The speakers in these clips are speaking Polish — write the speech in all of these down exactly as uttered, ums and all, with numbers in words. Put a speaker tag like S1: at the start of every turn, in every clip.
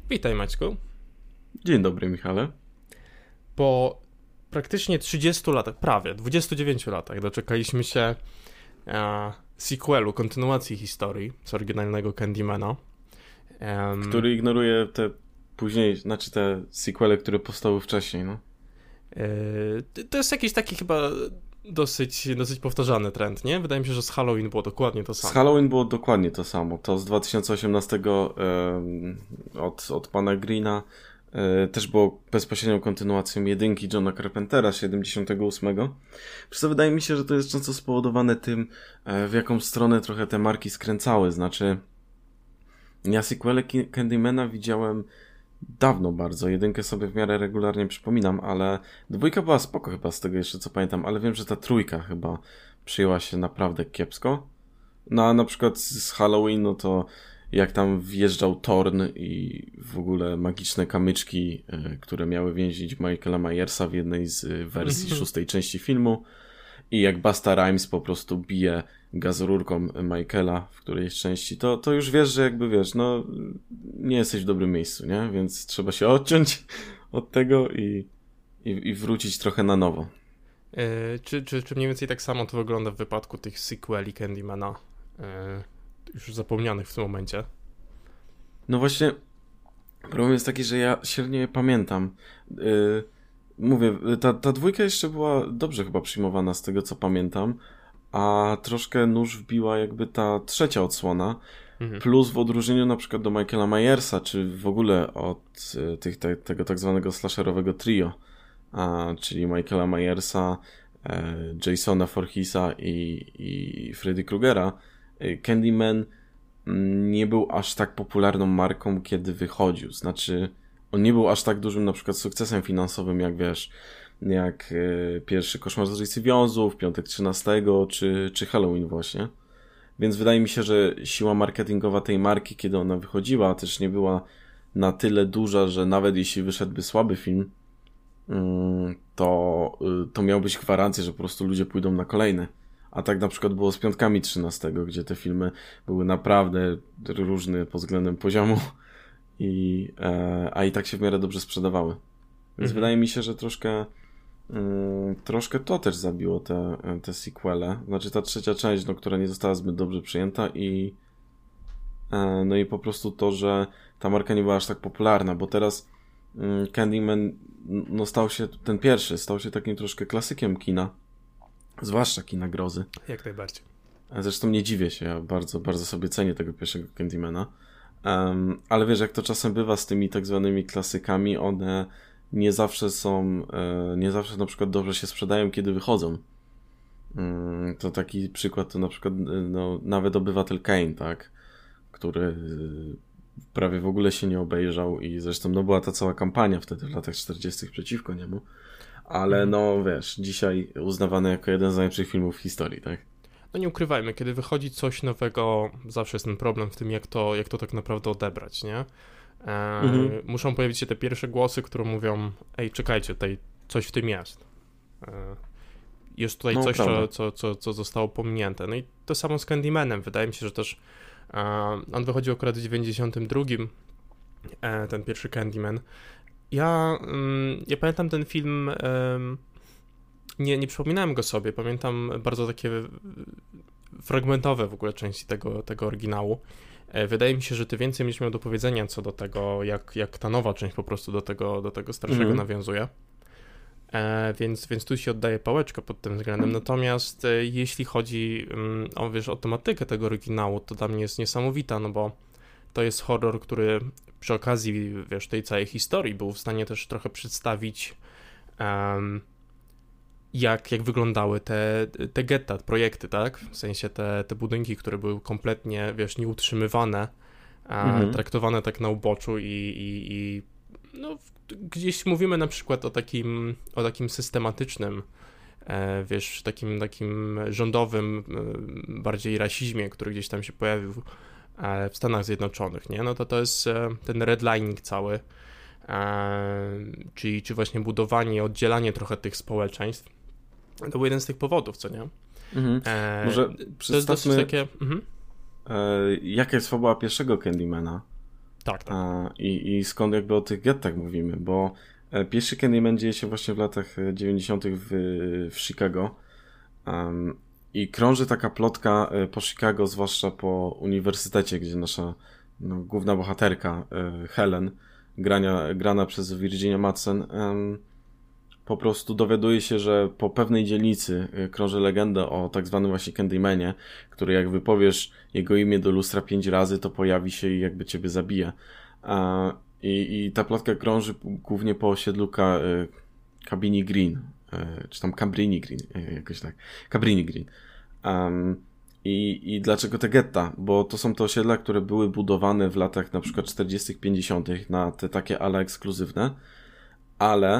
S1: Witaj, Maćku.
S2: Dzień dobry, Michale.
S1: Po praktycznie trzydziestu latach, prawie dwudziestu dziewięciu latach doczekaliśmy się e, sequelu, kontynuacji historii z oryginalnego Candymana.
S2: Um, Który ignoruje te później, znaczy te sequele, które powstały wcześniej, no.
S1: E, to jest jakiś taki chyba dosyć, dosyć powtarzany trend, nie? Wydaje mi się, że z Halloween było dokładnie to samo.
S2: Z Halloween było dokładnie to samo. To z dwa tysiące osiemnastego e, od, od pana Greena e, też było bezpośrednią kontynuacją jedynki Johna Carpentera z siedemdziesiątego ósmego. Przez to wydaje mi się, że to jest często spowodowane tym, e, w jaką stronę trochę te marki skręcały. Znaczy, ja sequele Candymana widziałem dawno bardzo. Jedynkę sobie w miarę regularnie przypominam, ale dwójka była spoko chyba z tego jeszcze co pamiętam, ale wiem, że ta trójka chyba przyjęła się naprawdę kiepsko. No a na przykład z Halloween, no to jak tam wjeżdżał Thorn i w ogóle magiczne kamyczki, y, które miały więzić Michaela Myersa w jednej z y, wersji szóstej części filmu i jak Busta Rhymes po prostu bije gazururką Michaela w którejś części, to, to już wiesz, że jakby wiesz, no nie jesteś w dobrym miejscu, nie? Więc trzeba się odciąć od tego i, i, i wrócić trochę na nowo.
S1: Yy, czy, czy, czy mniej więcej tak samo to wygląda w wypadku tych sequeli Candymana, yy, już zapomnianych w tym momencie?
S2: No właśnie, problem jest taki, że ja średnio je pamiętam. Yy, mówię, ta, ta dwójka jeszcze była dobrze chyba przyjmowana z tego, co pamiętam, a troszkę nóż wbiła jakby ta trzecia odsłona, mhm. Plus w odróżnieniu na przykład do Michaela Myersa, czy w ogóle od tych, te, tego tak zwanego slasherowego trio, a, czyli Michaela Myersa, e, Jasona Voorheesa i, i Freddy Krugera, e, Candyman nie był aż tak popularną marką, kiedy wychodził. Znaczy, on nie był aż tak dużym na przykład sukcesem finansowym, jak wiesz, jak e, pierwszy Koszmar z ulicy Wiązów, Piątek trzynastego, czy, czy Halloween właśnie. Więc wydaje mi się, że siła marketingowa tej marki, kiedy ona wychodziła, też nie była na tyle duża, że nawet jeśli wyszedłby słaby film, to, to miałbyś gwarancję, że po prostu ludzie pójdą na kolejne. A tak na przykład było z Piątkami trzynastego, gdzie te filmy były naprawdę różne pod względem poziomu, i, e, a i tak się w miarę dobrze sprzedawały. Więc mhm. wydaje mi się, że troszkę Yy, troszkę to też zabiło te, te sequele. Znaczy ta trzecia część, no, która nie została zbyt dobrze przyjęta i yy, no i po prostu to, że ta marka nie była aż tak popularna, bo teraz yy, Candyman no, stał się, ten pierwszy stał się takim troszkę klasykiem kina, zwłaszcza kina grozy.
S1: Jak najbardziej.
S2: Zresztą nie dziwię się, ja bardzo, bardzo sobie cenię tego pierwszego Candymana. Yy, ale wiesz, jak to czasem bywa z tymi tak zwanymi klasykami, one nie zawsze są, nie zawsze na przykład dobrze się sprzedają, kiedy wychodzą. To taki przykład to na przykład no, nawet Obywatel Kane, tak? Który prawie w ogóle się nie obejrzał i zresztą no, była ta cała kampania wtedy w latach czterdziestych przeciwko niemu, ale no wiesz, dzisiaj uznawany jako jeden z najlepszych filmów w historii, tak?
S1: No nie ukrywajmy, kiedy wychodzi coś nowego, zawsze jest ten problem w tym, jak to, jak to tak naprawdę odebrać, nie? E, mhm. Muszą pojawić się te pierwsze głosy, które mówią, ej, czekajcie, tutaj coś w tym jest. E, jest tutaj no, coś, co, co, co, co zostało pominięte. No i to samo z Candymanem. Wydaje mi się, że też e, on wychodził akurat w dziewięćdziesiątym drugim, e, ten pierwszy Candyman. Ja, mm, ja pamiętam ten film, e, nie, nie przypominałem go sobie, pamiętam bardzo takie fragmentowe w ogóle części tego, tego oryginału. Wydaje mi się, że ty więcej będziesz miał do powiedzenia co do tego, jak, jak ta nowa część po prostu do tego, do tego starszego mm. nawiązuje. E, więc, więc tu się oddaje pałeczkę pod tym względem. Natomiast e, jeśli chodzi um, o, wiesz, o tematykę tego oryginału, to dla mnie jest niesamowita, no bo to jest horror, który przy okazji, wiesz, tej całej historii był w stanie też trochę przedstawić um, jak, jak wyglądały te, te getta, projekty, tak? W sensie te, te budynki, które były kompletnie, wiesz, nieutrzymywane, mhm. traktowane tak na uboczu i, i, i no, gdzieś mówimy na przykład o takim, o takim systematycznym, e, wiesz, takim, takim rządowym e, bardziej rasizmie, który gdzieś tam się pojawił e, w Stanach Zjednoczonych, nie? No to to jest e, ten redlining cały, e, czyli czy właśnie budowanie, oddzielanie trochę tych społeczeństw. To był jeden z tych powodów, co nie?
S2: Mhm. E, Może przedstawmy,
S1: takie... Mhm.
S2: e, jaka jest fabuła pierwszego Candymana?
S1: Tak, tak.
S2: A, i, I skąd jakby o tych gettach mówimy, bo pierwszy Candyman dzieje się właśnie w latach dziewięćdziesiątych w, w Chicago. Um, I krąży taka plotka po Chicago, zwłaszcza po uniwersytecie, gdzie nasza no, główna bohaterka Helen, grania, grana przez Virginia Madsen, um, po prostu dowiaduje się, że po pewnej dzielnicy krąży legenda o tak zwanym właśnie Candymanie, który jak wypowiesz jego imię do lustra pięć razy, to pojawi się i jakby ciebie zabije. Uh, i, I ta plotka krąży głównie po osiedlu Ka, Cabrini Green, czy tam Cabrini Green, jakoś tak. Cabrini Green. Um, i, I dlaczego te getta? Bo to są te osiedla, które były budowane w latach na przykład czterdziestych, pięćdziesiątych na te takie ala ekskluzywne, ale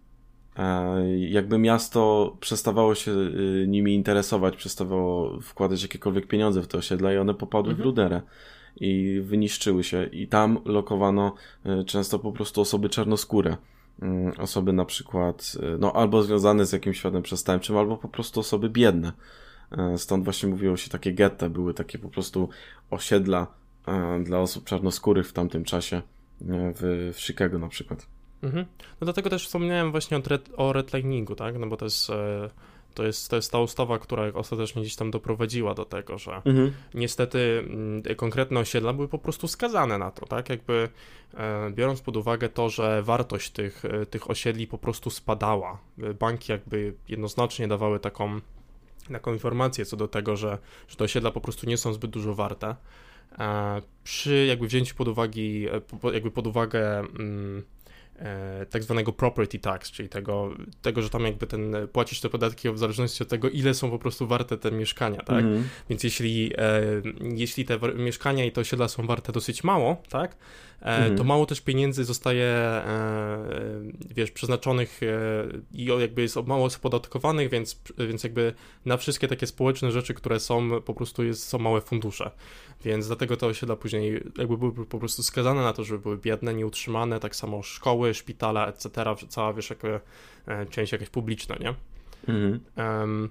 S2: e, jakby miasto przestawało się y, nimi interesować, przestawało wkładać jakiekolwiek pieniądze w te osiedla i one popadły mhm. w ruderę i wyniszczyły się i tam lokowano y, często po prostu osoby czarnoskóre. Osoby na przykład, no albo związane z jakimś światem przestępczym, albo po prostu osoby biedne. Stąd właśnie mówiło się takie getta, były takie po prostu osiedla dla osób czarnoskórych w tamtym czasie w, w Chicago na przykład.
S1: Mhm. No dlatego też wspomniałem właśnie o, red, o redliningu, tak? No bo to jest, to jest, to jest ta ustawa, która ostatecznie gdzieś tam doprowadziła do tego, że mhm. niestety konkretne osiedla były po prostu skazane na to, tak? Jakby e, biorąc pod uwagę to, że wartość tych, tych osiedli po prostu spadała. Banki jakby jednoznacznie dawały taką, taką informację co do tego, że, że te osiedla po prostu nie są zbyt dużo warte. E, przy jakby wzięciu pod uwagę, jakby pod uwagę mm, tak zwanego property tax, czyli tego, tego, że tam jakby ten płacisz te podatki w zależności od tego, ile są po prostu warte te mieszkania, tak? Mm. Więc jeśli, e, jeśli te w- mieszkania i te osiedla są warte dosyć mało, tak? E, mm. To mało też pieniędzy zostaje, e, wiesz, przeznaczonych e, i jakby jest mało opodatkowanych, więc, więc jakby na wszystkie takie społeczne rzeczy, które są, po prostu jest, są małe fundusze. Więc dlatego te osiedla później jakby były po prostu skazane na to, żeby były biedne, nieutrzymane, tak samo szkoły, szpitale, et cetera, cała, wiesz, jakby, e, część jakaś publiczna, nie? Mhm. Um,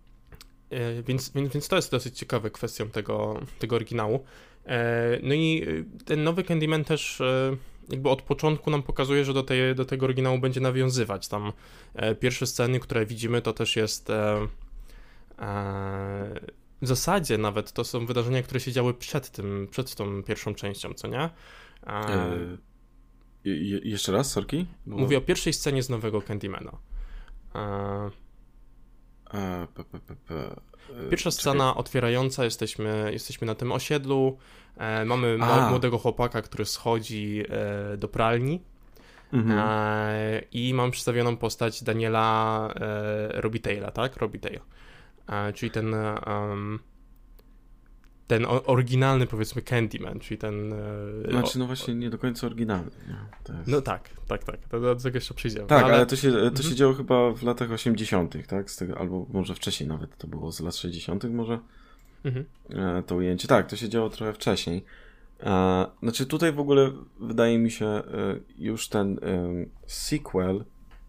S1: e, więc, więc, więc to jest dosyć ciekawe kwestią tego, tego oryginału. E, no i ten nowy Candyman też e, jakby od początku nam pokazuje, że do, tej, do tego oryginału będzie nawiązywać. Tam e, pierwsze sceny, które widzimy, to też jest e, e, w zasadzie nawet to są wydarzenia, które się działy przed tym, przed tą pierwszą częścią, co nie? E,
S2: Je, jeszcze raz, sorki?
S1: Bo... Mówię o pierwszej scenie z nowego Candymana. E...
S2: A, p, p, p, p.
S1: Pierwsza scena Czekaj. otwierająca, jesteśmy, jesteśmy na tym osiedlu, e, mamy A. młodego chłopaka, który schodzi e, do pralni mhm. e, i mam przedstawioną postać Daniela e, Robitaille'a, tak? Robitaille. E, czyli ten... Um, ten oryginalny, powiedzmy, Candyman, czyli ten...
S2: Znaczy, no właśnie nie do końca oryginalny. Nie? To jest...
S1: No tak, tak, tak, do, do tego jeszcze przyjdziemy.
S2: Tak,
S1: ale,
S2: ale to się, to mhm. się działo chyba w latach osiemdziesiątych, tak? Z tego, albo może wcześniej nawet, to było z lat sześćdziesiątych może mhm. to ujęcie. Tak, to się działo trochę wcześniej. Znaczy tutaj w ogóle wydaje mi się już ten sequel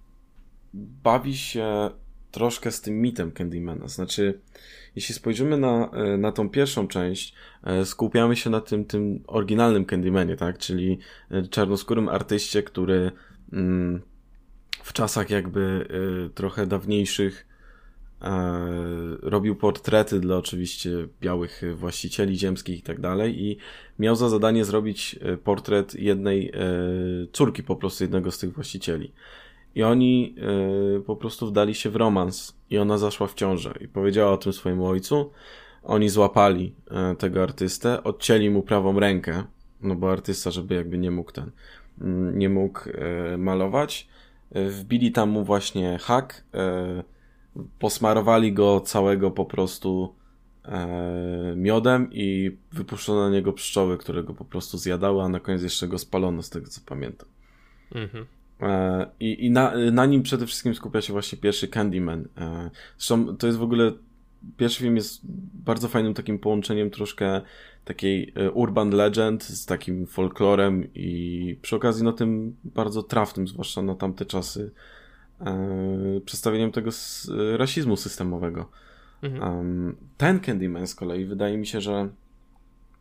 S2: bawi się troszkę z tym mitem Candymana. Znaczy, jeśli spojrzymy na, na tą pierwszą część, skupiamy się na tym, tym oryginalnym Candymanie, tak? Czyli czarnoskórym artyście, który mm, w czasach jakby y, trochę dawniejszych y, robił portrety dla oczywiście białych właścicieli ziemskich i tak dalej i miał za zadanie zrobić portret jednej y, córki po prostu jednego z tych właścicieli. I oni y, po prostu wdali się w romans i ona zaszła w ciążę i powiedziała o tym swojemu ojcu. Oni złapali y, tego artystę, odcięli mu prawą rękę, no bo artysta, żeby jakby nie mógł ten, y, nie mógł y, malować. Y, wbili tam mu właśnie hak, y, posmarowali go całego po prostu y, miodem i wypuszczono na niego pszczoły, które go po prostu zjadały, a na koniec jeszcze go spalono, z tego co pamiętam. Mhm. I, i na, na nim przede wszystkim skupia się właśnie pierwszy Candyman. Zresztą to jest w ogóle, pierwszy film jest bardzo fajnym takim połączeniem troszkę takiej urban legend z takim folklorem i przy okazji no tym bardzo trafnym, zwłaszcza na tamte czasy, przedstawieniem tego z, rasizmu systemowego. Mhm. Ten Candyman z kolei wydaje mi się, że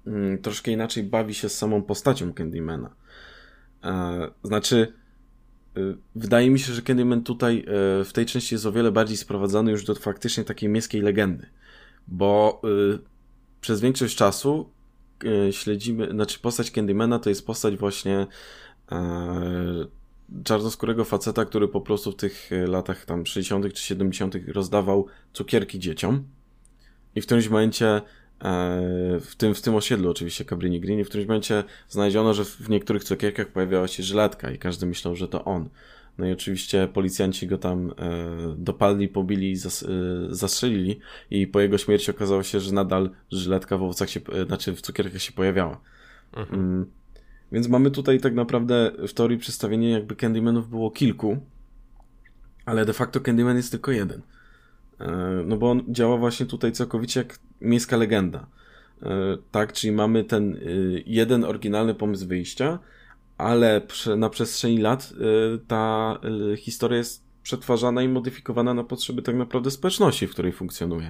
S2: mm, troszkę inaczej bawi się z samą postacią Candymana. E, znaczy, y, wydaje mi się, że Candyman tutaj y, w tej części jest o wiele bardziej sprowadzony już do faktycznie takiej miejskiej legendy, bo y, przez większość czasu y, śledzimy, znaczy postać Candymana to jest postać właśnie e, czarnoskórego faceta, który po prostu w tych latach tam sześćdziesiątych czy siedemdziesiątych rozdawał cukierki dzieciom i w którymś momencie w tym, w tym osiedlu oczywiście Cabrini Green i w którymś momencie znaleziono, że w niektórych cukierkach pojawiała się żyletka i każdy myślał, że to on. No i oczywiście policjanci go tam e, dopadli, pobili i zas, e, zastrzelili i po jego śmierci okazało się, że nadal żyletka w owocach się, e, znaczy w cukierkach się pojawiała. Mhm. Mm. Więc mamy tutaj tak naprawdę w teorii przedstawienie jakby Candymanów było kilku, ale de facto Candyman jest tylko jeden. No bo on działa właśnie tutaj całkowicie jak miejska legenda. Tak, czyli mamy ten jeden oryginalny pomysł wyjścia, ale na przestrzeni lat ta historia jest przetwarzana i modyfikowana na potrzeby tak naprawdę społeczności, w której funkcjonuje.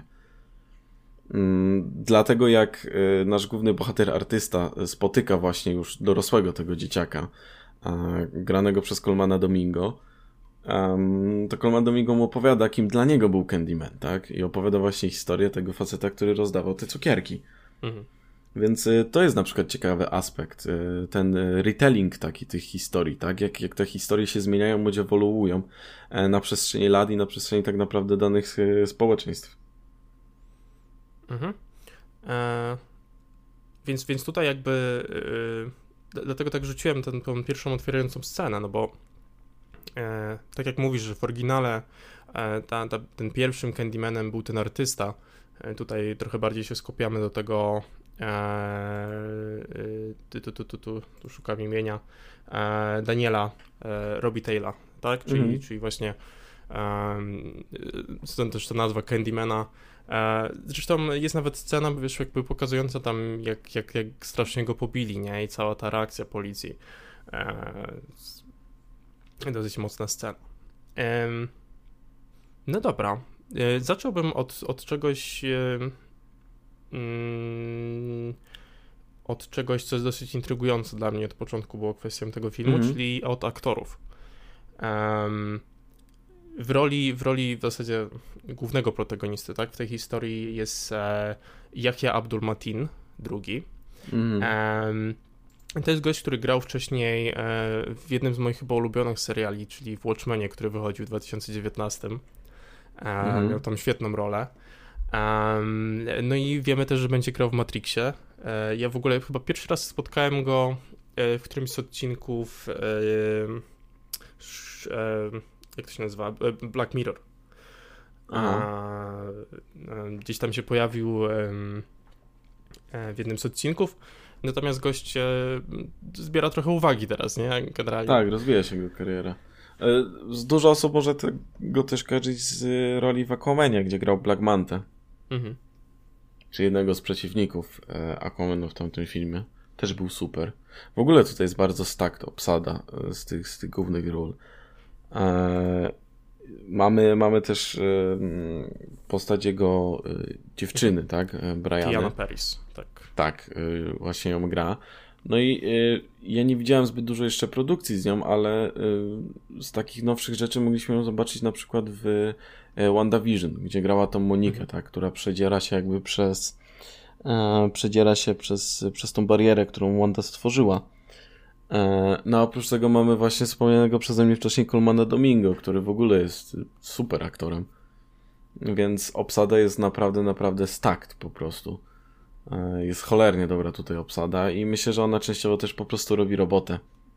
S2: Dlatego jak nasz główny bohater artysta spotyka właśnie już dorosłego tego dzieciaka, granego przez Colmana Domingo, Um, to Colman Domingo mu opowiada, kim dla niego był Candyman, tak? I opowiada właśnie historię tego faceta, który rozdawał te cukierki. Mhm. Więc y, to jest na przykład ciekawy aspekt. Y, ten retelling taki tych historii, tak? Jak, jak te historie się zmieniają, bądź ewoluują y, na przestrzeni lat i na przestrzeni tak naprawdę danych y, społeczeństw.
S1: Mhm. E, więc, więc tutaj jakby y, dlatego tak rzuciłem tę pierwszą otwierającą scenę, no bo E, tak jak mówisz, że w oryginale e, ta, ta, ten pierwszym Candymanem był ten artysta, e, tutaj trochę bardziej się skupiamy do tego e, e, tu, tu, tu, tu, tu szukam imienia e, Daniela e, Robitaille'a, tak? Czyli, mm-hmm. czyli właśnie e, stąd też ta nazwa Candymana. E, zresztą jest nawet scena, wiesz, jakby pokazująca tam jak, jak, jak strasznie go pobili, nie? I cała ta reakcja policji. E, Dosyć mocna scena. Um, no dobra. E, zacząłbym od, od czegoś e, mm, od czegoś, co jest dosyć intrygujące dla mnie od początku było kwestią tego filmu, mm-hmm. czyli od aktorów. Um, w roli, w roli w zasadzie głównego protagonisty, tak, w tej historii jest e, Yahya Abdul-Mateen drugi. Mm-hmm. Um, To jest gość, który grał wcześniej e, w jednym z moich chyba ulubionych seriali, czyli w Watchmenie, który wychodził w dwa tysiące dziewiętnastym. E, mm-hmm. Miał tam świetną rolę. Um, no i wiemy też, że będzie grał w Matrixie. E, ja w ogóle chyba pierwszy raz spotkałem go e, w którymś z odcinków e, sz, e, jak to się nazywa? Black Mirror. A, e, gdzieś tam się pojawił e, w jednym z odcinków. Natomiast gość e, zbiera trochę uwagi teraz, nie? Generalnie.
S2: Tak, rozwija się jego kariera. E, dużo osób może te, go też kojarzyć z roli w Aquamanie, gdzie grał Black Manta. Mhm. Czy jednego z przeciwników e, Aquamanu w tamtym filmie. Też był super. W ogóle tutaj jest bardzo stacked obsada e, z, tych, z tych głównych ról. E, mamy, mamy też e, postać jego e, dziewczyny, tak? Briany.
S1: Diana Paris, tak.
S2: Tak, y, właśnie ją gra. No i y, ja nie widziałem zbyt dużo jeszcze produkcji z nią, ale y, z takich nowszych rzeczy mogliśmy ją zobaczyć na przykład w y, WandaVision, gdzie grała tą Monikę, mhm. tak, która przedziera się jakby przez y, przedziera się przez, przez tą barierę, którą Wanda stworzyła. Y, no a oprócz tego mamy właśnie wspomnianego przeze mnie wcześniej Colmana Domingo, który w ogóle jest super aktorem. Więc obsada jest naprawdę, naprawdę stacked po prostu. Jest cholernie dobra tutaj obsada i myślę, że ona częściowo też po prostu robi robotę.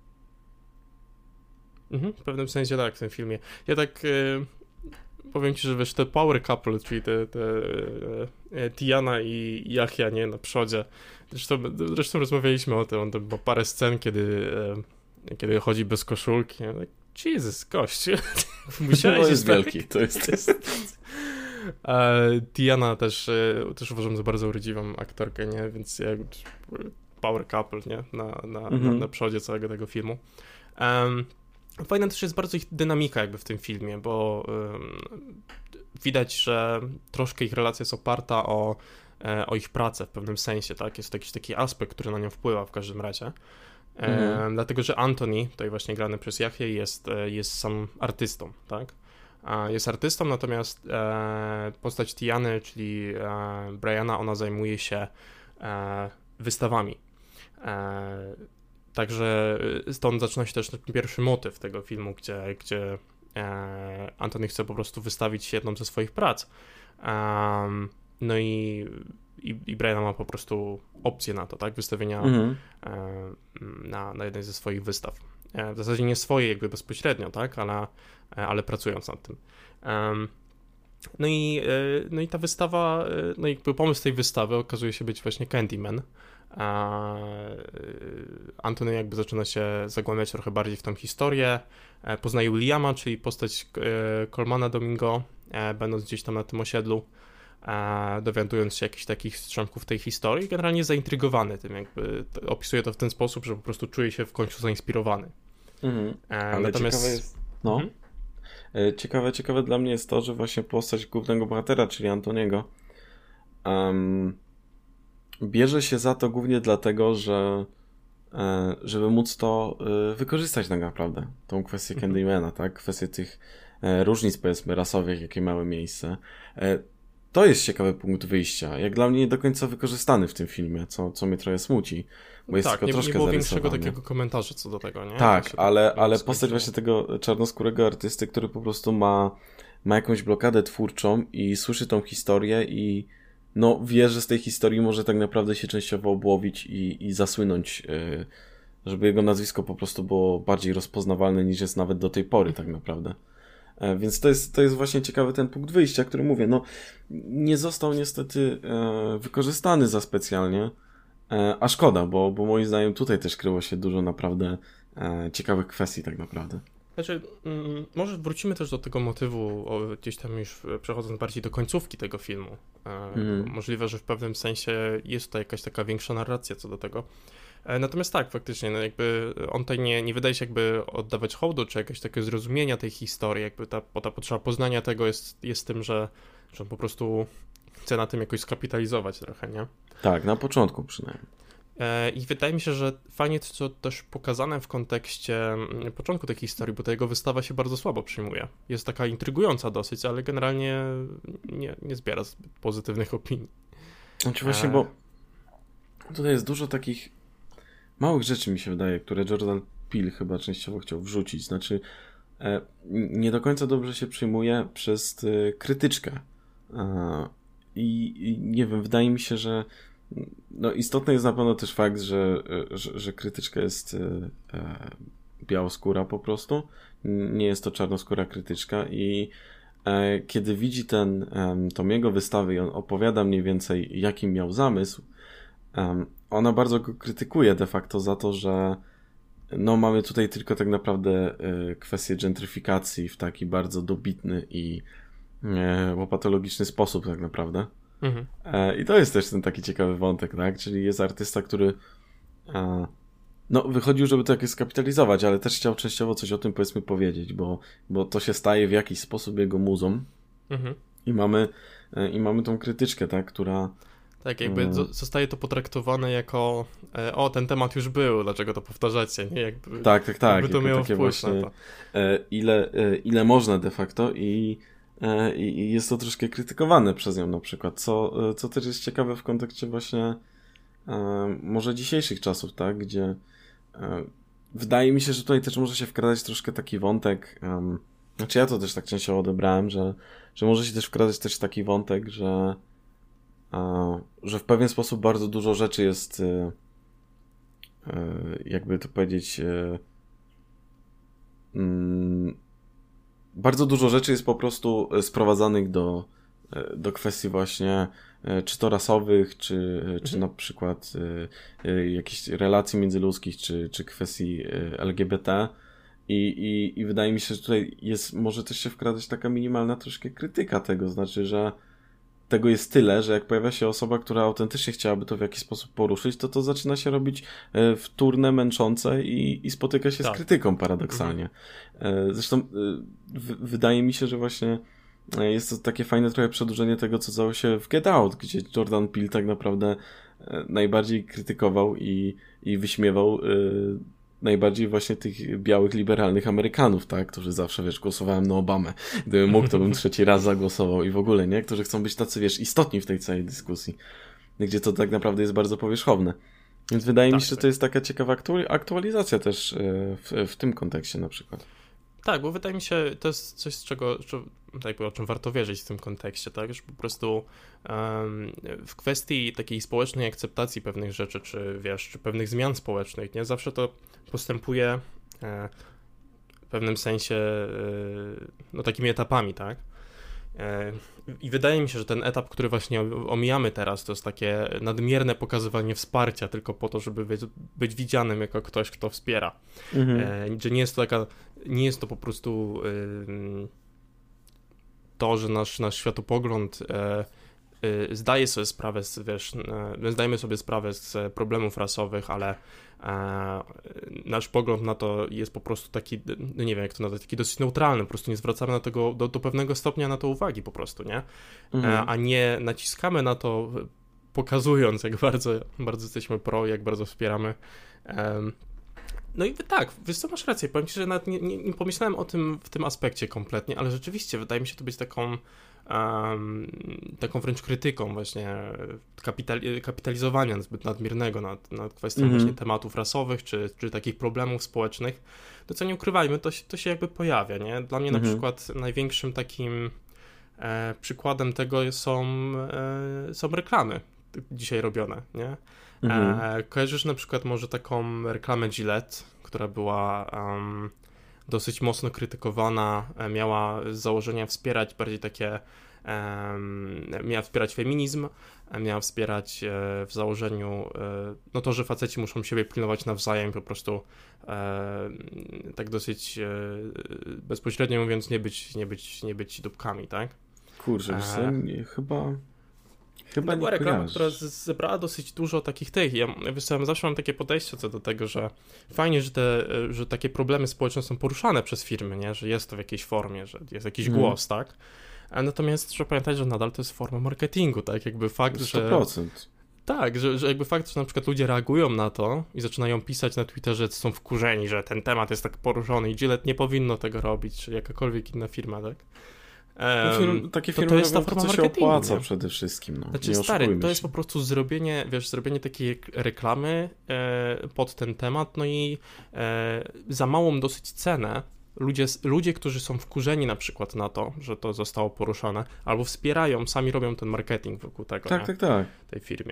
S1: Mhm, w pewnym sensie tak, w tym filmie. Ja tak y, powiem ci, że wiesz, te power couple, czyli te, te y, Tiana i Yahya, nie, na przodzie. Zresztą, zresztą rozmawialiśmy o tym, bo parę scen, kiedy, y, kiedy chodzi bez koszulki. Ja tak, Jesus, gość. Musiałeś
S2: no jest wielki, to jest... To jest...
S1: E, Tiana też, e, też uważam za bardzo urodziwą aktorkę, nie? Więc jak power couple, nie? Na, na, mm-hmm. na, na przodzie całego tego filmu. Um, fajna też jest bardzo ich dynamika jakby w tym filmie, bo um, widać, że troszkę ich relacja jest oparta o o ich pracę w pewnym sensie, tak? Jest to jakiś taki aspekt, który na nią wpływa w każdym razie.
S2: Mhm.
S1: E, dlatego, że Anthony, tutaj właśnie grany przez Jahię, jest, jest sam artystą, tak? Jest artystą, natomiast e, postać Tiany, czyli e, Briana, ona zajmuje się e, wystawami. E, także stąd zaczyna się też ten pierwszy motyw tego filmu, gdzie, gdzie e, Anthony chce po prostu wystawić jedną ze swoich prac. E, no i, i, i Brian ma po prostu opcję na to, tak? Wystawienia
S2: Mhm.
S1: e, na, na jednej ze swoich wystaw. E, w zasadzie nie swoje jakby bezpośrednio, tak? Ale, ale pracując nad tym. Um, no i, no i ta wystawa, no i jakby pomysł tej wystawy okazuje się być właśnie Candyman. A Antony jakby zaczyna się zagłębiać trochę bardziej w tą historię. Poznaje Williama, czyli postać Colmana Domingo, będąc gdzieś tam na tym osiedlu, dowiadując się jakichś takich strzępków tej historii, generalnie zaintrygowany tym, jakby opisuje to w ten sposób, że po prostu czuje się w końcu zainspirowany.
S2: Mhm. Ale
S1: Natomiast...
S2: ciekawe jest... No.
S1: Mhm.
S2: Ciekawe, ciekawe dla mnie jest to, że właśnie postać głównego bohatera, czyli Antoniego, um, bierze się za to głównie dlatego, że e, żeby móc to e, wykorzystać tak naprawdę, tą kwestię Candymana, tak? Kwestię tych e, różnic, powiedzmy, rasowych, jakie miały miejsce. E, to jest ciekawy punkt wyjścia. Jak dla mnie nie do końca wykorzystany w tym filmie, co, co mnie trochę smuci, bo jest
S1: tak,
S2: tylko
S1: nie,
S2: troszkę
S1: nie było
S2: zarysowany.
S1: większego takiego komentarza co do tego, nie?
S2: Tak, ale,
S1: tak
S2: ale postać właśnie tego czarnoskórego artysty, który po prostu ma, ma jakąś blokadę twórczą i słyszy tą historię i no wie, że z tej historii może tak naprawdę się częściowo obłowić i, i zasłynąć, yy, żeby jego nazwisko po prostu było bardziej rozpoznawalne niż jest nawet do tej pory tak naprawdę. E, więc to jest, to jest właśnie ciekawy ten punkt wyjścia, który mówię, no nie został niestety e, wykorzystany za specjalnie, e, a szkoda, bo, bo moim zdaniem tutaj też kryło się dużo naprawdę e, ciekawych kwestii tak naprawdę.
S1: Znaczy, mm, może wrócimy też do tego motywu, o, gdzieś tam już przechodząc bardziej do końcówki tego filmu. E,
S2: Mm.
S1: Możliwe, że w pewnym sensie jest tutaj jakaś taka większa narracja co do tego. E, natomiast tak, faktycznie, no jakby on tutaj nie, nie wydaje się jakby oddawać hołdu, czy jakieś takie zrozumienia tej historii, jakby ta, ta potrzeba poznania tego jest, jest tym, że, że on po prostu chce na tym jakoś skapitalizować trochę, nie?
S2: Tak, na początku przynajmniej.
S1: I wydaje mi się, że fajnie to też pokazane w kontekście początku tej historii, bo ta jego wystawa się bardzo słabo przyjmuje. Jest taka intrygująca dosyć, ale generalnie nie, nie zbiera zbyt pozytywnych opinii.
S2: Znaczy właśnie, bo tutaj jest dużo takich małych rzeczy, mi się wydaje, które Jordan Peele chyba częściowo chciał wrzucić. Znaczy, e, nie do końca dobrze się przyjmuje przez e, krytyczkę. E, i, I nie wiem, wydaje mi się, że no istotny jest na pewno też fakt, że, że, że krytyczka jest e, e, białoskóra po prostu. Nie jest to czarnoskóra krytyczka i e, kiedy widzi ten e, tą jego wystawę i on opowiada mniej więcej, jaki miał zamysł, e, ona bardzo go krytykuje de facto za to, że no mamy tutaj tylko tak naprawdę e, kwestię gentryfikacji w taki bardzo dobitny i e, łopatologiczny sposób tak naprawdę.
S1: Mhm.
S2: I to jest też ten taki ciekawy wątek, tak? Czyli jest artysta, który e, no wychodził, żeby to jakoś skapitalizować, ale też chciał częściowo coś o tym powiedzmy powiedzieć, bo, bo to się staje w jakiś sposób jego muzą.
S1: Mhm.
S2: I mamy e, i mamy tą krytyczkę, tak? Która
S1: tak, jakby e... zostaje to potraktowane jako e, o, ten temat już był, dlaczego to powtarzacie, nie? Jakby,
S2: tak, tak, tak.
S1: Jakby to miało
S2: takie
S1: wpływ
S2: właśnie,
S1: na to.
S2: E, ile, e, ile można de facto i I jest to troszkę krytykowane przez nią na przykład, co, co też jest ciekawe w kontekście właśnie e, może dzisiejszych czasów, tak, gdzie e, wydaje mi się, że tutaj też może się wkradać troszkę taki wątek, um, znaczy ja to też tak częściowo odebrałem, że, że może się też wkradać też taki wątek, że e, że w pewien sposób bardzo dużo rzeczy jest e, e, jakby to powiedzieć e, mm, bardzo dużo rzeczy jest po prostu sprowadzanych do, do kwestii właśnie czy to rasowych, czy, czy
S1: mhm.
S2: na przykład y, jakichś relacji międzyludzkich, czy, czy kwestii L G B T. I, i, I wydaje mi się, że tutaj jest, może też się wkradać taka minimalna troszkę krytyka tego, znaczy, że tego jest tyle, że jak pojawia się osoba, która autentycznie chciałaby to w jakiś sposób poruszyć, to to zaczyna się robić wtórne, męczące i, i spotyka się tak. z krytyką paradoksalnie. Mhm. Zresztą w, wydaje mi się, że właśnie jest to takie fajne trochę przedłużenie tego, co działo się w Get Out, gdzie Jordan Peele tak naprawdę najbardziej krytykował i, i wyśmiewał y, najbardziej właśnie tych białych, liberalnych Amerykanów, tak, którzy zawsze, wiesz, głosowałem na Obamę. Gdybym mógł, to bym trzeci raz zagłosował i w ogóle, nie? Którzy chcą być tacy, wiesz, istotni w tej całej dyskusji, gdzie to tak naprawdę jest bardzo powierzchowne. Więc wydaje tak, mi się, że to jest taka ciekawa aktualizacja też w, w tym kontekście na przykład.
S1: Tak, bo wydaje mi się, to jest coś, z czego, tak, o czym warto wierzyć w tym kontekście, tak, że po prostu um, w kwestii takiej społecznej akceptacji pewnych rzeczy, czy wiesz, czy pewnych zmian społecznych, nie, zawsze to postępuje e, w pewnym sensie e, no takimi etapami, tak. I wydaje mi się, że ten etap, który właśnie omijamy teraz, to jest takie nadmierne pokazywanie wsparcia tylko po to, żeby być, być widzianym jako ktoś, kto wspiera. Mhm. Że nie jest to taka, nie jest to po prostu yy, to, że nasz, nasz światopogląd yy, yy, zdaje sobie sprawę, z, wiesz, yy, zdajemy sobie sprawę z problemów rasowych, ale E, nasz pogląd na to jest po prostu taki, no nie wiem jak to nazwać, taki dosyć neutralny, po prostu nie zwracamy na tego, do, do pewnego stopnia na to uwagi po prostu, nie? Mhm. E, a nie naciskamy na to, pokazując jak bardzo, bardzo jesteśmy pro, jak bardzo wspieramy. E, no i tak, wiesz co, masz rację, powiem ci, że nawet nie, nie, nie pomyślałem o tym w tym aspekcie kompletnie, ale rzeczywiście wydaje mi się to być taką Um, taką wręcz krytyką właśnie kapitali- kapitalizowania zbyt nadmiernego nad, nad kwestią mm-hmm. właśnie tematów rasowych, czy, czy takich problemów społecznych, to co nie ukrywajmy, to się, to się jakby pojawia, nie? Dla mnie mm-hmm. na przykład największym takim e, przykładem tego są, e, są reklamy dzisiaj robione, nie? Mm-hmm. E, kojarzysz na przykład może taką reklamę Gillette, która była um, dosyć mocno krytykowana, miała z założenia wspierać bardziej takie, um, miała wspierać feminizm, miała wspierać e, w założeniu e, no to, że faceci muszą siebie pilnować nawzajem, po prostu e, tak dosyć e, bezpośrednio mówiąc, nie być, nie być, nie być dupkami, tak?
S2: Kurczę, wiesz co, nie, chyba... Chyba
S1: to była
S2: nie
S1: reklama,
S2: kojarzy.
S1: która zebrała dosyć dużo takich tych. Ja, ja zawsze mam takie podejście co do tego, że fajnie, że, te, że takie problemy społeczne są poruszane przez firmy, nie? Że jest to w jakiejś formie, że jest jakiś hmm. głos, tak? A natomiast trzeba pamiętać, że nadal to jest forma marketingu, tak? Jakby fakt,
S2: sto procent.
S1: że... Tak, że, że jakby fakt, że na przykład ludzie reagują na to i zaczynają pisać na Twitterze, że są wkurzeni, że ten temat jest tak poruszony i Gillette nie powinno tego robić, czy jakakolwiek inna firma, tak?
S2: Um, firm, takie firmy to, to jest ta forma to, co się opłaca nie? przede wszystkim. No.
S1: Znaczy, stary, to jest po prostu zrobienie, wiesz, zrobienie takiej reklamy e, pod ten temat, no i e, za małą dosyć cenę ludzie, ludzie, którzy są wkurzeni na przykład na to, że to zostało poruszone, albo wspierają, sami robią ten marketing wokół tego,
S2: tak,
S1: nie?
S2: tak, tak.
S1: tej firmie.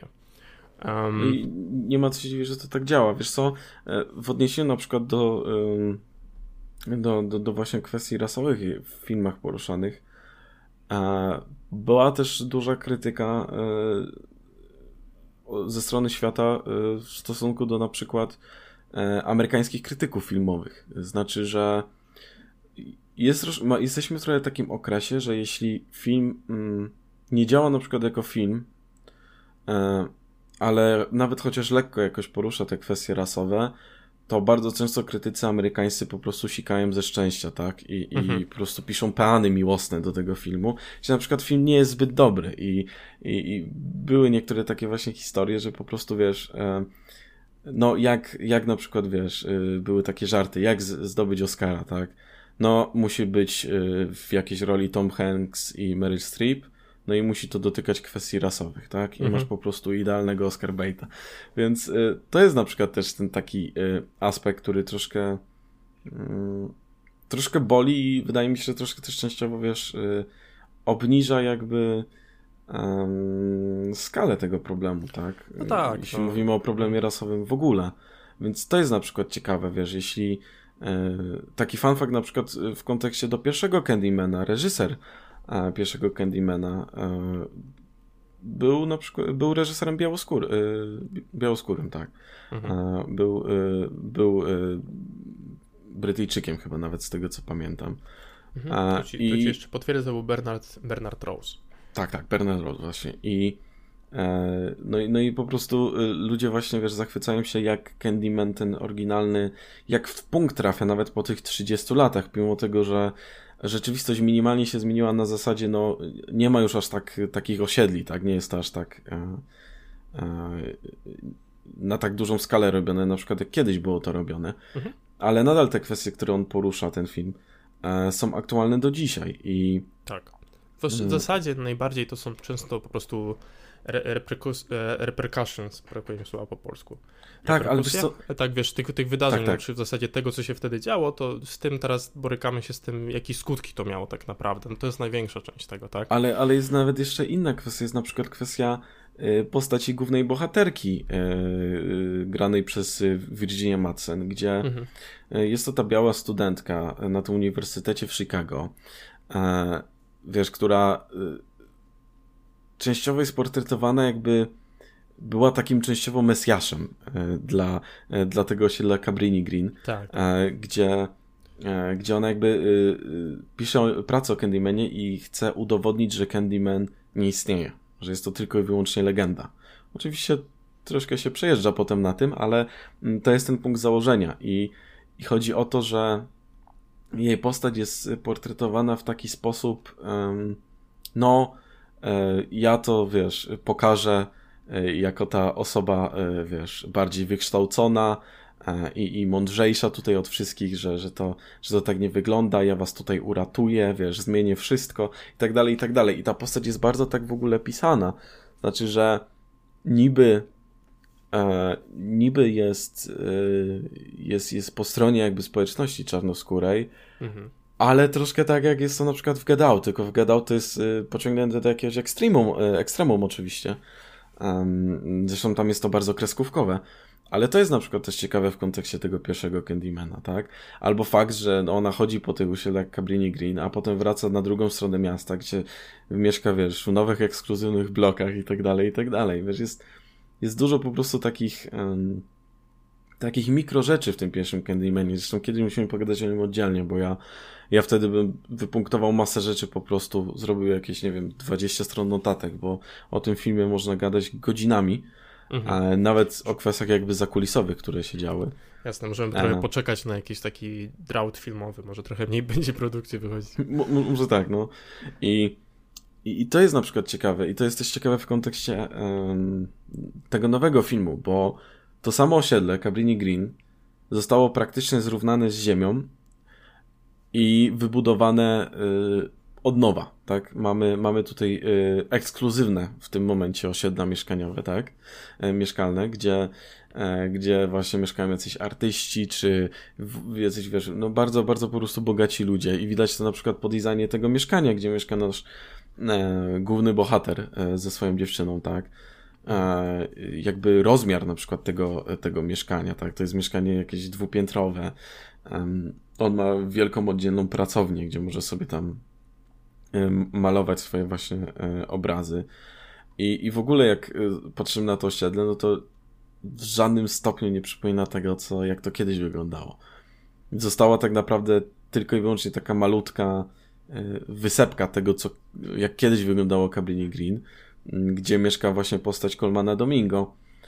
S1: Um,
S2: I nie ma co się dziwić, że to tak działa. Wiesz co, w odniesieniu na przykład do, do, do, do właśnie kwestii rasowych w filmach poruszanych, była też duża krytyka ze strony świata w stosunku do na przykład amerykańskich krytyków filmowych. Znaczy, że jest, jesteśmy w trochę takim okresie, że jeśli film nie działa na przykład jako film, ale nawet chociaż lekko jakoś porusza te kwestie rasowe, to bardzo często krytycy amerykańscy po prostu sikają ze szczęścia, tak? I, mhm. i po prostu piszą peany miłosne do tego filmu, gdzie na przykład film nie jest zbyt dobry i, i, i były niektóre takie właśnie historie, że po prostu, wiesz, e, no jak, jak na przykład, wiesz, e, były takie żarty, jak z, zdobyć Oscara, tak? No musi być e, w jakiejś roli Tom Hanks i Meryl Streep, no i musi to dotykać kwestii rasowych, tak? I mhm. masz po prostu idealnego Oscar baita. Więc y, to jest na przykład też ten taki y, aspekt, który troszkę y, troszkę boli i wydaje mi się, że troszkę też częściowo, wiesz, y, obniża jakby y, skalę tego problemu, tak?
S1: No tak.
S2: Jeśli
S1: no.
S2: mówimy o problemie rasowym w ogóle. Więc to jest na przykład ciekawe, wiesz, jeśli y, taki fun fact na przykład w kontekście do pierwszego Candymana, reżyser pierwszego Candymana był na przykład był reżyserem białoskóry, białoskórym, tak. Mhm. Był, był Brytyjczykiem chyba nawet z tego co pamiętam.
S1: Mhm. To, ci, I... to ci jeszcze potwierdzę, to był Bernard, Bernard Rose.
S2: Tak, tak, Bernard Rose właśnie. I No i, no i po prostu ludzie właśnie, wiesz, zachwycają się, jak Candyman ten oryginalny, jak w punkt trafia nawet po tych trzydziestu latach, mimo tego, że rzeczywistość minimalnie się zmieniła na zasadzie, no nie ma już aż tak takich osiedli, tak, nie jest to aż tak e, e, na tak dużą skalę robione, na przykład jak kiedyś było to robione, mhm. ale nadal te kwestie, które on porusza, ten film, e, są aktualne do dzisiaj i...
S1: Tak. W hmm. zasadzie najbardziej to są często po prostu repercussions, brakuje słowa po polsku.
S2: Tak, ale wiesz co...
S1: Tak, wiesz, tych, tych wydarzeń,
S2: tak, tak.
S1: czy w zasadzie tego, co się wtedy działo, to z tym teraz borykamy się z tym, jakie skutki to miało tak naprawdę. No to jest największa część tego, tak?
S2: Ale, ale jest nawet jeszcze inna kwestia, jest na przykład kwestia y, postaci głównej bohaterki y, y, granej przez Virginia Madsen, gdzie mhm. y, jest to ta biała studentka na tym uniwersytecie w Chicago, y, wiesz, która y, częściowo jest portretowana, jakby była takim częściowo mesjaszem e, dla, e, dla tego osiedla Cabrini Green,
S1: tak.
S2: e, gdzie, e, gdzie ona jakby e, pisze pracę o Candymanie i chce udowodnić, że Candyman nie istnieje, że jest to tylko i wyłącznie legenda. Oczywiście troszkę się przejeżdża potem na tym, ale to jest ten punkt założenia i, i chodzi o to, że jej postać jest portretowana w taki sposób, um, no ja to, wiesz, pokażę jako ta osoba, wiesz, bardziej wykształcona i, i mądrzejsza tutaj od wszystkich, że, że, to, że to tak nie wygląda, ja was tutaj uratuję, wiesz, zmienię wszystko i tak dalej, i tak dalej. I ta postać jest bardzo tak w ogóle pisana. Znaczy, że niby e, niby jest, e, jest jest po stronie jakby społeczności czarnoskórej, mhm. ale troszkę tak jak jest to na przykład w Get Out, tylko w Get Out to jest y, pociągnięte do jakiegoś ekstremum, y, ekstremum oczywiście. Um, zresztą tam jest to bardzo kreskówkowe. Ale to jest na przykład też ciekawe w kontekście tego pierwszego Candymana, tak? Albo fakt, że no, ona chodzi po tych osiedlach Cabrini Green, a potem wraca na drugą stronę miasta, gdzie mieszka, wiesz, w nowych, ekskluzywnych blokach i tak dalej, i tak dalej. Wiesz, jest, jest dużo po prostu takich... Um, takich mikro rzeczy w tym pierwszym Candymanie. Zresztą kiedyś musimy pogadać o nim oddzielnie, bo ja, ja wtedy bym wypunktował masę rzeczy, po prostu zrobił jakieś, nie wiem, dwadzieścia stron notatek, bo o tym filmie można gadać godzinami, mhm. a nawet o kwestiach jakby zakulisowych, które się działy.
S1: Jasne, możemy trochę a... poczekać na jakiś taki drought filmowy, może trochę mniej będzie produkcji wychodzić.
S2: M- może tak, no. I, i, I to jest na przykład ciekawe, i to jest też ciekawe w kontekście um, tego nowego filmu, bo to samo osiedle, Cabrini Green, zostało praktycznie zrównane z ziemią i wybudowane y, od nowa, tak? Mamy, mamy tutaj y, ekskluzywne w tym momencie osiedla mieszkaniowe, tak? Y, mieszkalne, gdzie, y, gdzie właśnie mieszkają jacyś artyści, czy w, jacyś, wiesz, no bardzo, bardzo po prostu bogaci ludzie i widać to na przykład po designie tego mieszkania, gdzie mieszka nasz y, główny bohater y, ze swoją dziewczyną, tak? Jakby rozmiar na przykład tego, tego mieszkania, tak? To jest mieszkanie jakieś dwupiętrowe. On ma wielką oddzielną pracownię, gdzie może sobie tam malować swoje właśnie obrazy. I, i w ogóle jak patrzymy na to osiedle, no to w żadnym stopniu nie przypomina tego, co, jak to kiedyś wyglądało. Została tak naprawdę tylko i wyłącznie taka malutka wysepka tego, co, jak kiedyś wyglądało Cabrini Green, gdzie mieszka właśnie postać Colmana Domingo.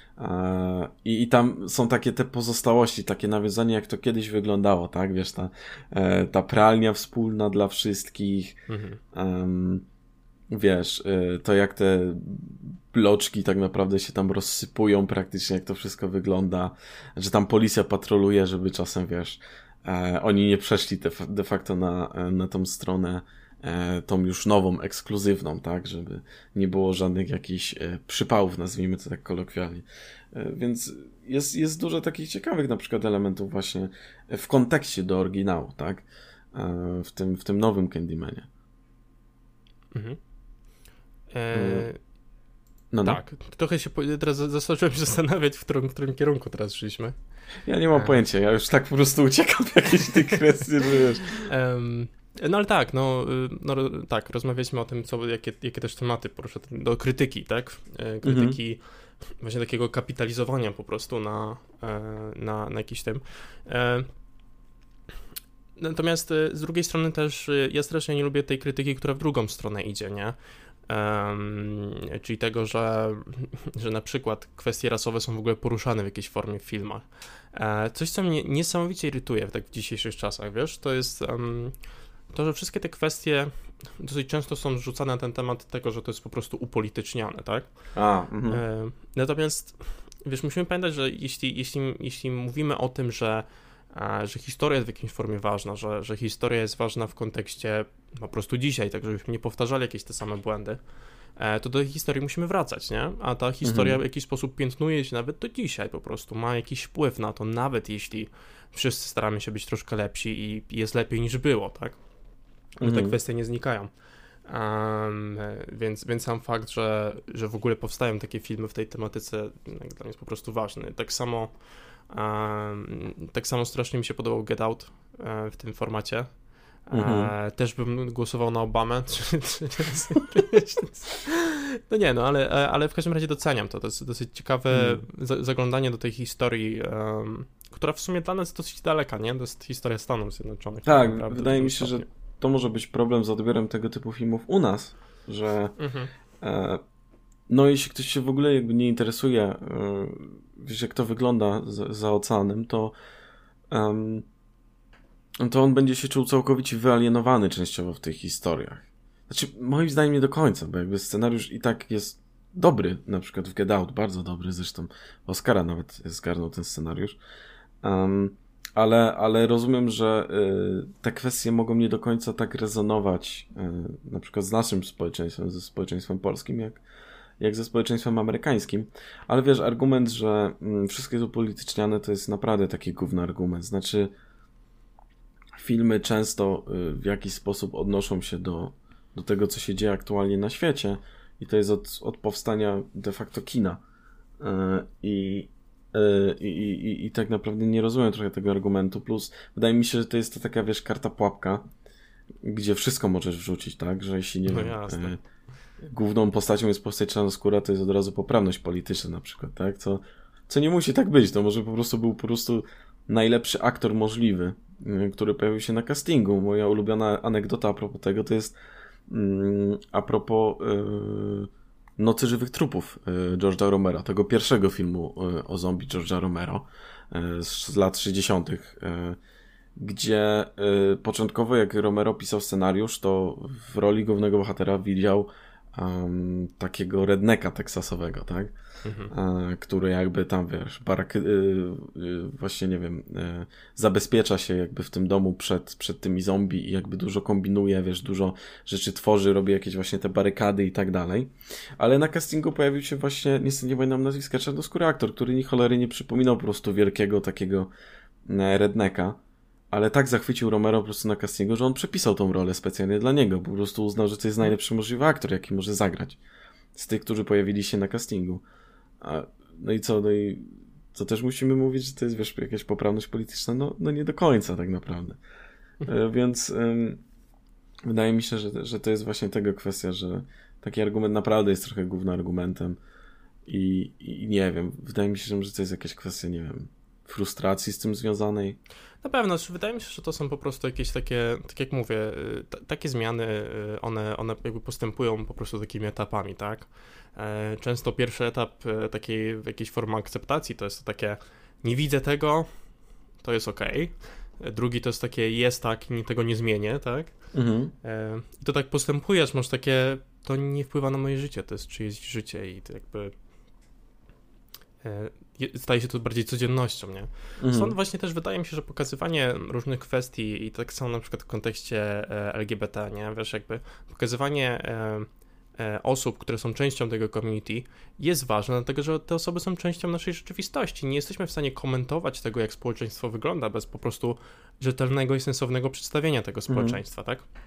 S2: I, I tam są takie te pozostałości, takie nawiązania, jak to kiedyś wyglądało, tak? Wiesz, ta, ta pralnia wspólna dla wszystkich. Mhm. Um, wiesz, to jak te bloczki tak naprawdę się tam rozsypują praktycznie, jak to wszystko wygląda. Że tam policja patroluje, żeby czasem, wiesz, oni nie przeszli de, de facto na, na tą stronę tą już nową, ekskluzywną, tak, żeby nie było żadnych jakichś przypałów, nazwijmy to tak kolokwialnie. Więc jest, jest dużo takich ciekawych na przykład elementów właśnie w kontekście do oryginału, tak, w tym, w tym nowym Candymanie.
S1: Mhm. Eee, no, no. Tak, trochę się teraz zacząłem się zastanawiać, w którym, w którym kierunku teraz szliśmy.
S2: Ja nie mam eee. pojęcia, ja już tak po prostu uciekam w jakieś dygresje, że wiesz. Um,
S1: No ale tak, no, no tak, rozmawialiśmy o tym, co, jakie, jakie też tematy porusza, do krytyki, tak, krytyki mhm. właśnie takiego kapitalizowania po prostu na, na, na jakiś tym. Natomiast z drugiej strony też ja strasznie nie lubię tej krytyki, która w drugą stronę idzie, nie? Um, czyli tego, że, że na przykład kwestie rasowe są w ogóle poruszane w jakiejś formie w filmach. E, coś, co mnie niesamowicie irytuje w, tak w dzisiejszych czasach, wiesz, to jest um, to, że wszystkie te kwestie dosyć często są rzucane na ten temat tego, że to jest po prostu upolityczniane, tak?
S2: A, mhm.
S1: e, natomiast, wiesz, musimy pamiętać, że jeśli, jeśli, jeśli mówimy o tym, że że historia jest w jakiejś formie ważna, że, że historia jest ważna w kontekście po prostu dzisiaj, tak żebyśmy nie powtarzali jakieś te same błędy, to do tej historii musimy wracać, nie? A ta historia mhm. w jakiś sposób piętnuje się nawet do dzisiaj po prostu, ma jakiś wpływ na to, nawet jeśli wszyscy staramy się być troszkę lepsi i jest lepiej niż było, tak? Mhm. Te kwestie nie znikają. Um, więc, więc sam fakt, że, że w ogóle powstają takie filmy w tej tematyce dla mnie jest po prostu ważny. Tak samo Um, tak samo strasznie mi się podobał Get Out e, w tym formacie. Mhm. E, też bym głosował na Obamę. No nie, no ale, ale w każdym razie doceniam to. To jest dosyć ciekawe mhm. za, zaglądanie do tej historii, um, która w sumie dla nas jest dosyć daleka, nie? To jest historia Stanów Zjednoczonych.
S2: Tak, naprawdę, wydaje mi się, stopniu. że to może być problem z odbiorem tego typu filmów u nas, że mhm. e, no jeśli ktoś się w ogóle jakby nie interesuje, wiesz, jak to wygląda za, za oceanem, to um, to on będzie się czuł całkowicie wyalienowany częściowo w tych historiach. Znaczy, moim zdaniem nie do końca, bo jakby scenariusz i tak jest dobry, na przykład w Get Out, bardzo dobry, zresztą Oscara nawet zgarnął ten scenariusz, um, ale, ale rozumiem, że y, te kwestie mogą nie do końca tak rezonować y, na przykład z naszym społeczeństwem, ze społeczeństwem polskim, jak jak ze społeczeństwem amerykańskim, ale wiesz, argument, że mm, wszystko jest upolityczniane, to jest naprawdę taki gówny argument, znaczy filmy często y, w jakiś sposób odnoszą się do, do tego, co się dzieje aktualnie na świecie i to jest od, od powstania de facto kina y, i, y, i, i, i tak naprawdę nie rozumiem trochę tego argumentu, plus wydaje mi się, że to jest to taka, wiesz, karta pułapka, gdzie wszystko możesz wrzucić, tak, że jeśli nie
S1: no
S2: wiem...
S1: Jasne.
S2: Główną postacią jest postać czarnoskóra, to jest od razu poprawność polityczna na przykład, tak? Co, co nie musi tak być, to może po prostu był po prostu najlepszy aktor możliwy, który pojawił się na castingu. Moja ulubiona anegdota a propos tego to jest mm, a propos yy, Nocy Żywych Trupów yy, George'a Romera, tego pierwszego filmu yy, o zombie George'a Romero yy, z, z lat sześćdziesiątych Yy, gdzie yy, początkowo jak Romero pisał scenariusz, to w roli głównego bohatera widział Um, takiego rednecka teksasowego, tak? Mhm. E, który jakby tam, wiesz, barak, y, y, właśnie, nie wiem, y, zabezpiecza się jakby w tym domu przed, przed tymi zombie i jakby dużo kombinuje, wiesz, dużo rzeczy tworzy, robi jakieś właśnie te barykady i tak dalej. Ale na castingu pojawił się właśnie, niestety nie pamiętam nazwiska, czarnoskóry aktor, który ni cholery nie przypominał po prostu wielkiego takiego rednecka. Ale tak zachwycił Romero po prostu na castingu, że on przepisał tą rolę specjalnie dla niego. Po prostu uznał, że to jest najlepszy możliwy aktor, jaki może zagrać. Z tych, którzy pojawili się na castingu. A, no i co? No i to też musimy mówić, że to jest, wiesz, jakaś poprawność polityczna? No, no nie do końca tak naprawdę. E, więc ym, wydaje mi się, że, że to jest właśnie tego kwestia, że taki argument naprawdę jest trochę głównym argumentem i, i nie wiem, wydaje mi się, że to jest jakaś kwestia, nie wiem, frustracji z tym związanej.
S1: Na pewno, wydaje mi się, że to są po prostu jakieś takie, tak jak mówię, t- takie zmiany, one, one jakby postępują po prostu takimi etapami, tak? Często pierwszy etap takiej w jakiejś formie akceptacji to jest to takie, nie widzę tego, to jest okej. Okay. Drugi to jest takie, jest tak i tego nie zmienię, tak? Mhm. I to tak postępujesz, masz takie, to nie wpływa na moje życie, to jest czyjeś życie i to jakby... staje się to bardziej codziennością, nie? Mhm. Stąd właśnie też wydaje mi się, że pokazywanie różnych kwestii i tak samo na przykład w kontekście L G B T, nie? Wiesz, jakby pokazywanie e, e, osób, które są częścią tego community jest ważne, dlatego że te osoby są częścią naszej rzeczywistości. Nie jesteśmy w stanie komentować tego, jak społeczeństwo wygląda bez po prostu rzetelnego i sensownego przedstawienia tego społeczeństwa, mhm. tak?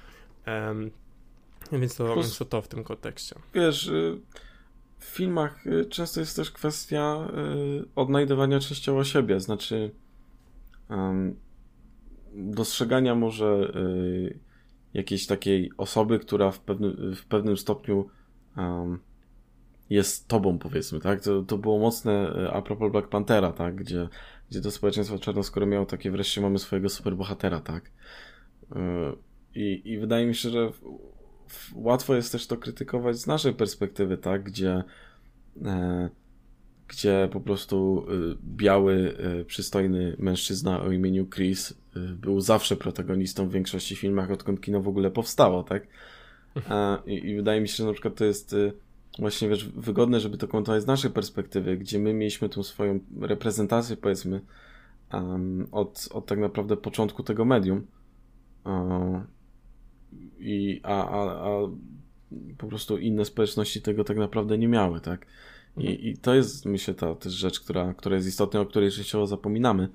S1: E, więc, to, Plus, więc to to w tym kontekście.
S2: Wiesz... Y- W filmach często jest też kwestia y, odnajdywania częściowo siebie, znaczy um, dostrzegania może y, jakiejś takiej osoby, która w, pewny, w pewnym stopniu um, jest tobą, powiedzmy, tak? To, to było mocne a propos Black Panthera, tak? Gdzie, gdzie to społeczeństwo czarnoskóre miało takie, wreszcie mamy swojego superbohatera, tak? Y, i, I wydaje mi się, że łatwo jest też to krytykować z naszej perspektywy, tak, gdzie e, gdzie po prostu y, biały, y, przystojny mężczyzna o imieniu Chris y, był zawsze protagonistą w większości filmach, odkąd kino w ogóle powstało, tak? E, i, I wydaje mi się, że na przykład to jest y, właśnie, wiesz, wygodne, żeby to komentować z naszej perspektywy, gdzie my mieliśmy tą swoją reprezentację, powiedzmy, um, od, od tak naprawdę początku tego medium. Um, i, a, a, a po prostu inne społeczności tego tak naprawdę nie miały, tak? I, I to jest, myślę, ta też rzecz, która, która jest istotna, o której częściowo zapominamy.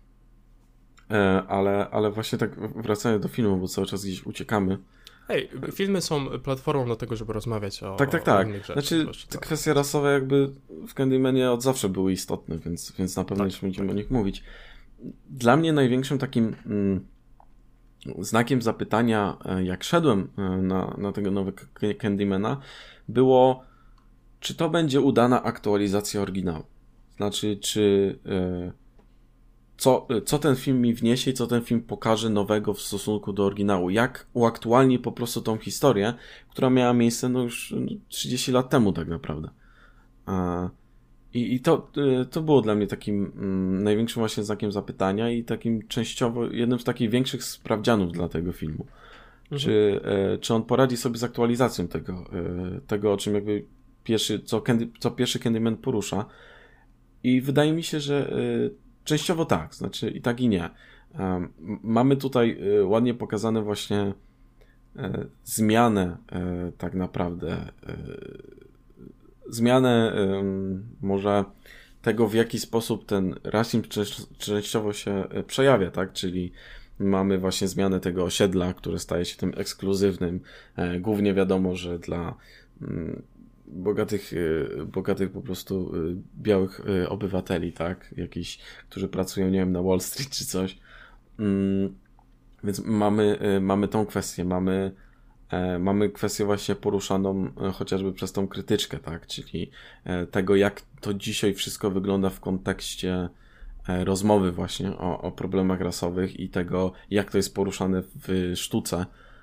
S2: E, ale, ale właśnie tak wracając do filmu, bo cały czas gdzieś uciekamy.
S1: Hej, filmy są platformą do tego, żeby rozmawiać o,
S2: tak, tak,
S1: o
S2: tak.
S1: innych rzeczach.
S2: Znaczy, te kwestie rasowe jakby w Candymanie od zawsze były istotne, więc, więc na pewno tak, jeszcze będziemy tak. o nich mówić. Dla mnie największym takim mm, znakiem zapytania, jak szedłem na, na tego nowego Candymana, było, czy to będzie udana aktualizacja oryginału. Znaczy, czy e, co, co ten film mi wniesie i co ten film pokaże nowego w stosunku do oryginału. Jak uaktualni po prostu tą historię, która miała miejsce no już trzydzieści lat temu tak naprawdę. E, I i to, to było dla mnie takim mm, największym właśnie znakiem zapytania i takim częściowo jednym z takich większych sprawdzianów dla tego filmu. Mhm. Czy, e, czy on poradzi sobie z aktualizacją tego, e, tego o czym jakby pierwszy, co, Candy, co pierwszy Candyman porusza. I wydaje mi się, że y, częściowo tak, znaczy i tak i nie. Um, mamy tutaj y, ładnie pokazane właśnie y, zmianę y, tak naprawdę y, zmianę y, może tego, w jaki sposób ten rasizm częściowo się y, przejawia, tak, czyli mamy właśnie zmianę tego osiedla, które staje się tym ekskluzywnym. Y, głównie wiadomo, że dla y, bogatych, bogatych po prostu białych obywateli, tak? Jakiś, którzy pracują, nie wiem, na Wall Street czy coś. Mm, więc mamy, mamy tą kwestię, mamy, mamy kwestię właśnie poruszaną chociażby przez tą krytyczkę, tak? Czyli tego, jak to dzisiaj wszystko wygląda w kontekście rozmowy właśnie o, o problemach rasowych i tego, jak to jest poruszane w sztuce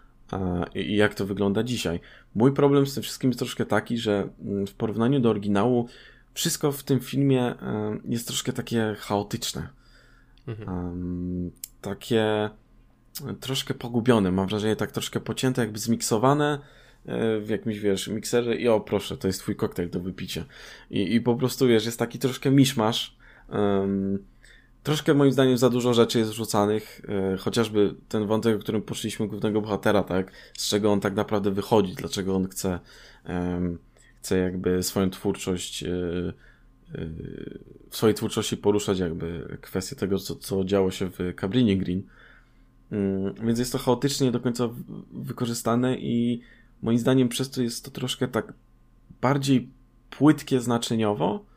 S2: i jak to wygląda dzisiaj. Mój problem z tym wszystkim jest troszkę taki, że w porównaniu do oryginału wszystko w tym filmie jest troszkę takie chaotyczne. Mhm. Um, takie troszkę pogubione. Mam wrażenie, tak troszkę pocięte, jakby zmiksowane w jakimś, wiesz, mikserze i o proszę, to jest twój koktajl do wypicia. I, i po prostu, wiesz, jest taki troszkę miszmasz. Um, Troszkę moim zdaniem za dużo rzeczy jest wrzucanych, yy, chociażby ten wątek, o którym poszliśmy głównego bohatera, tak, z czego on tak naprawdę wychodzi, dlaczego on chce, yy, chce jakby swoją twórczość, yy, yy, w swojej twórczości poruszać jakby kwestię tego, co, co działo się w Cabrini Green. Yy, więc jest to chaotycznie do końca wykorzystane i moim zdaniem przez to jest to troszkę tak bardziej płytkie znaczeniowo,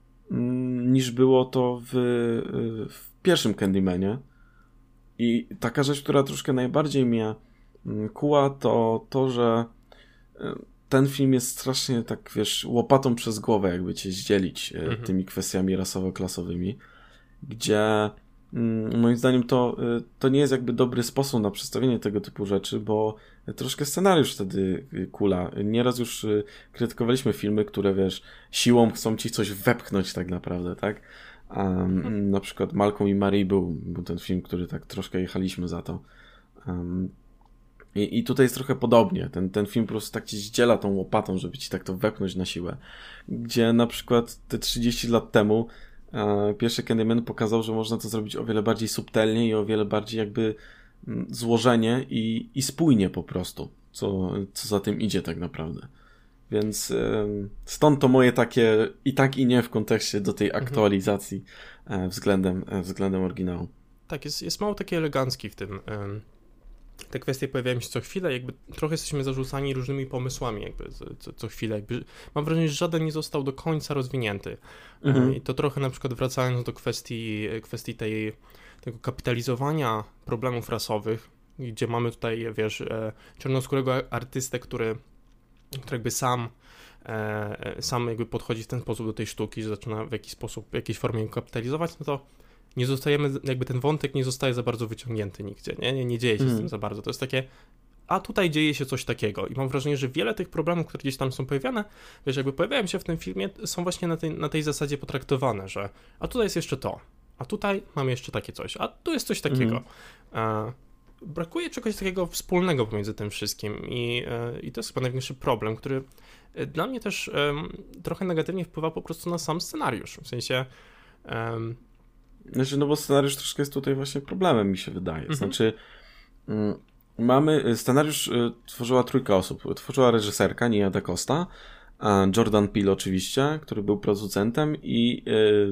S2: niż było to w, w pierwszym Candymanie. I taka rzecz, która troszkę najbardziej mnie kuła, to to, że ten film jest strasznie tak, wiesz, łopatą przez głowę jakby cię zdzielić mhm. tymi kwestiami rasowo-klasowymi, gdzie moim zdaniem to, to nie jest jakby dobry sposób na przedstawienie tego typu rzeczy, bo troszkę scenariusz wtedy kula. Nieraz już krytykowaliśmy filmy, które, wiesz, siłą chcą ci coś wepchnąć tak naprawdę, tak? Um, na przykład Malcolm i Marie był, był ten film, który tak troszkę jechaliśmy za to. Um, i, I tutaj jest trochę podobnie. Ten, ten film po prostu tak ci zdziela tą łopatą, żeby ci tak to wepchnąć na siłę. Gdzie na przykład te trzydzieści lat temu pierwszy Candyman pokazał, że można to zrobić o wiele bardziej subtelnie i o wiele bardziej jakby złożenie i, i spójnie po prostu, co, co za tym idzie tak naprawdę. Więc stąd to moje takie i tak i nie w kontekście do tej aktualizacji mhm. względem, względem oryginału.
S1: Tak, jest, jest mało taki elegancki w tym. Te kwestie pojawiają się co chwilę, jakby trochę jesteśmy zarzucani różnymi pomysłami jakby co, co chwilę. Jakby, mam wrażenie, że żaden nie został do końca rozwinięty. Mhm. I to trochę na przykład wracając do kwestii, kwestii tej, tego kapitalizowania problemów rasowych, gdzie mamy tutaj, wiesz, czarnoskórego artystę, który, który jakby sam sam jakby podchodzi w ten sposób do tej sztuki, że zaczyna w jakiś sposób, w jakiejś formie ją kapitalizować, no to nie zostajemy, jakby ten wątek nie zostaje za bardzo wyciągnięty nigdzie, nie? Nie, nie dzieje się mm. z tym za bardzo. To jest takie, a tutaj dzieje się coś takiego. I mam wrażenie, że wiele tych problemów, które gdzieś tam są pojawiane, wiesz, jakby pojawiają się w tym filmie, są właśnie na tej, na tej zasadzie potraktowane, że a tutaj jest jeszcze to, a tutaj mamy jeszcze takie coś, a tu jest coś takiego. Mm. Brakuje czegoś takiego wspólnego pomiędzy tym wszystkim i, i to jest chyba największy problem, który dla mnie też um, trochę negatywnie wpływa po prostu na sam scenariusz, w sensie... Um...
S2: Znaczy, no bo scenariusz troszkę jest tutaj właśnie problemem, mi się wydaje. Mhm. Znaczy, mm, mamy... Scenariusz y, tworzyła trójka osób. Tworzyła reżyserka Nia DaCosta, Jordan Peele oczywiście, który był producentem i... Y,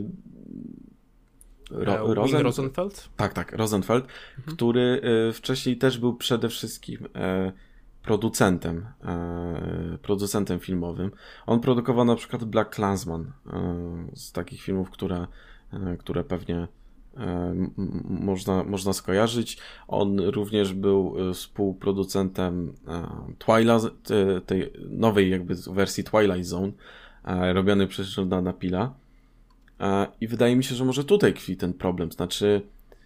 S1: Ro- Rosen... Rosenfeld?
S2: Tak, tak, Rosenfeld, mhm. który y, wcześniej też był przede wszystkim y, producentem, y, producentem filmowym. On produkował na przykład Black Klansman, y, z takich filmów, które, y, które pewnie y, m- można, można skojarzyć. On również był y, współproducentem y, Twilight, y, tej nowej jakby wersji Twilight Zone, y, robionej przez Jordana Peele'a. I wydaje mi się, że może tutaj tkwi ten problem. Znaczy,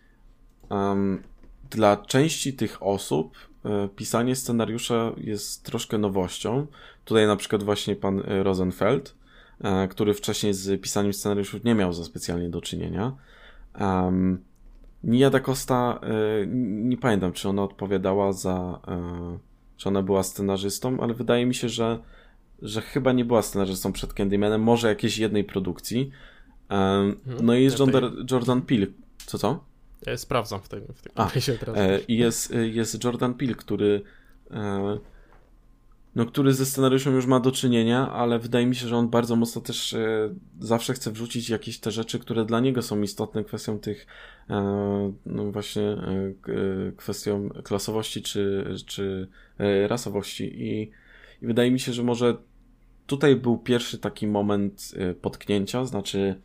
S2: um, dla części tych osób e, pisanie scenariusza jest troszkę nowością. Tutaj na przykład właśnie pan Rosenfeld, e, który wcześniej z pisaniem scenariuszów nie miał za specjalnie do czynienia. Um, Nia DaCosta, e, nie pamiętam, czy ona odpowiadała za... E, czy ona była scenarzystą, ale wydaje mi się, że, że chyba nie była scenarzystą przed Candymanem, może jakiejś jednej produkcji. Um, no i jest ja Jordan, tej... Jordan Peele. Co, co?
S1: Ja sprawdzam w tym w tej okresie teraz.
S2: E, I jest, jest Jordan Peele, który e, no, który ze scenariuszem już ma do czynienia, ale wydaje mi się, że on bardzo mocno też e, zawsze chce wrzucić jakieś te rzeczy, które dla niego są istotne, kwestią tych e, no właśnie e, kwestią klasowości czy, czy e, rasowości i, i wydaje mi się, że może tutaj był pierwszy taki moment e, potknięcia, znaczy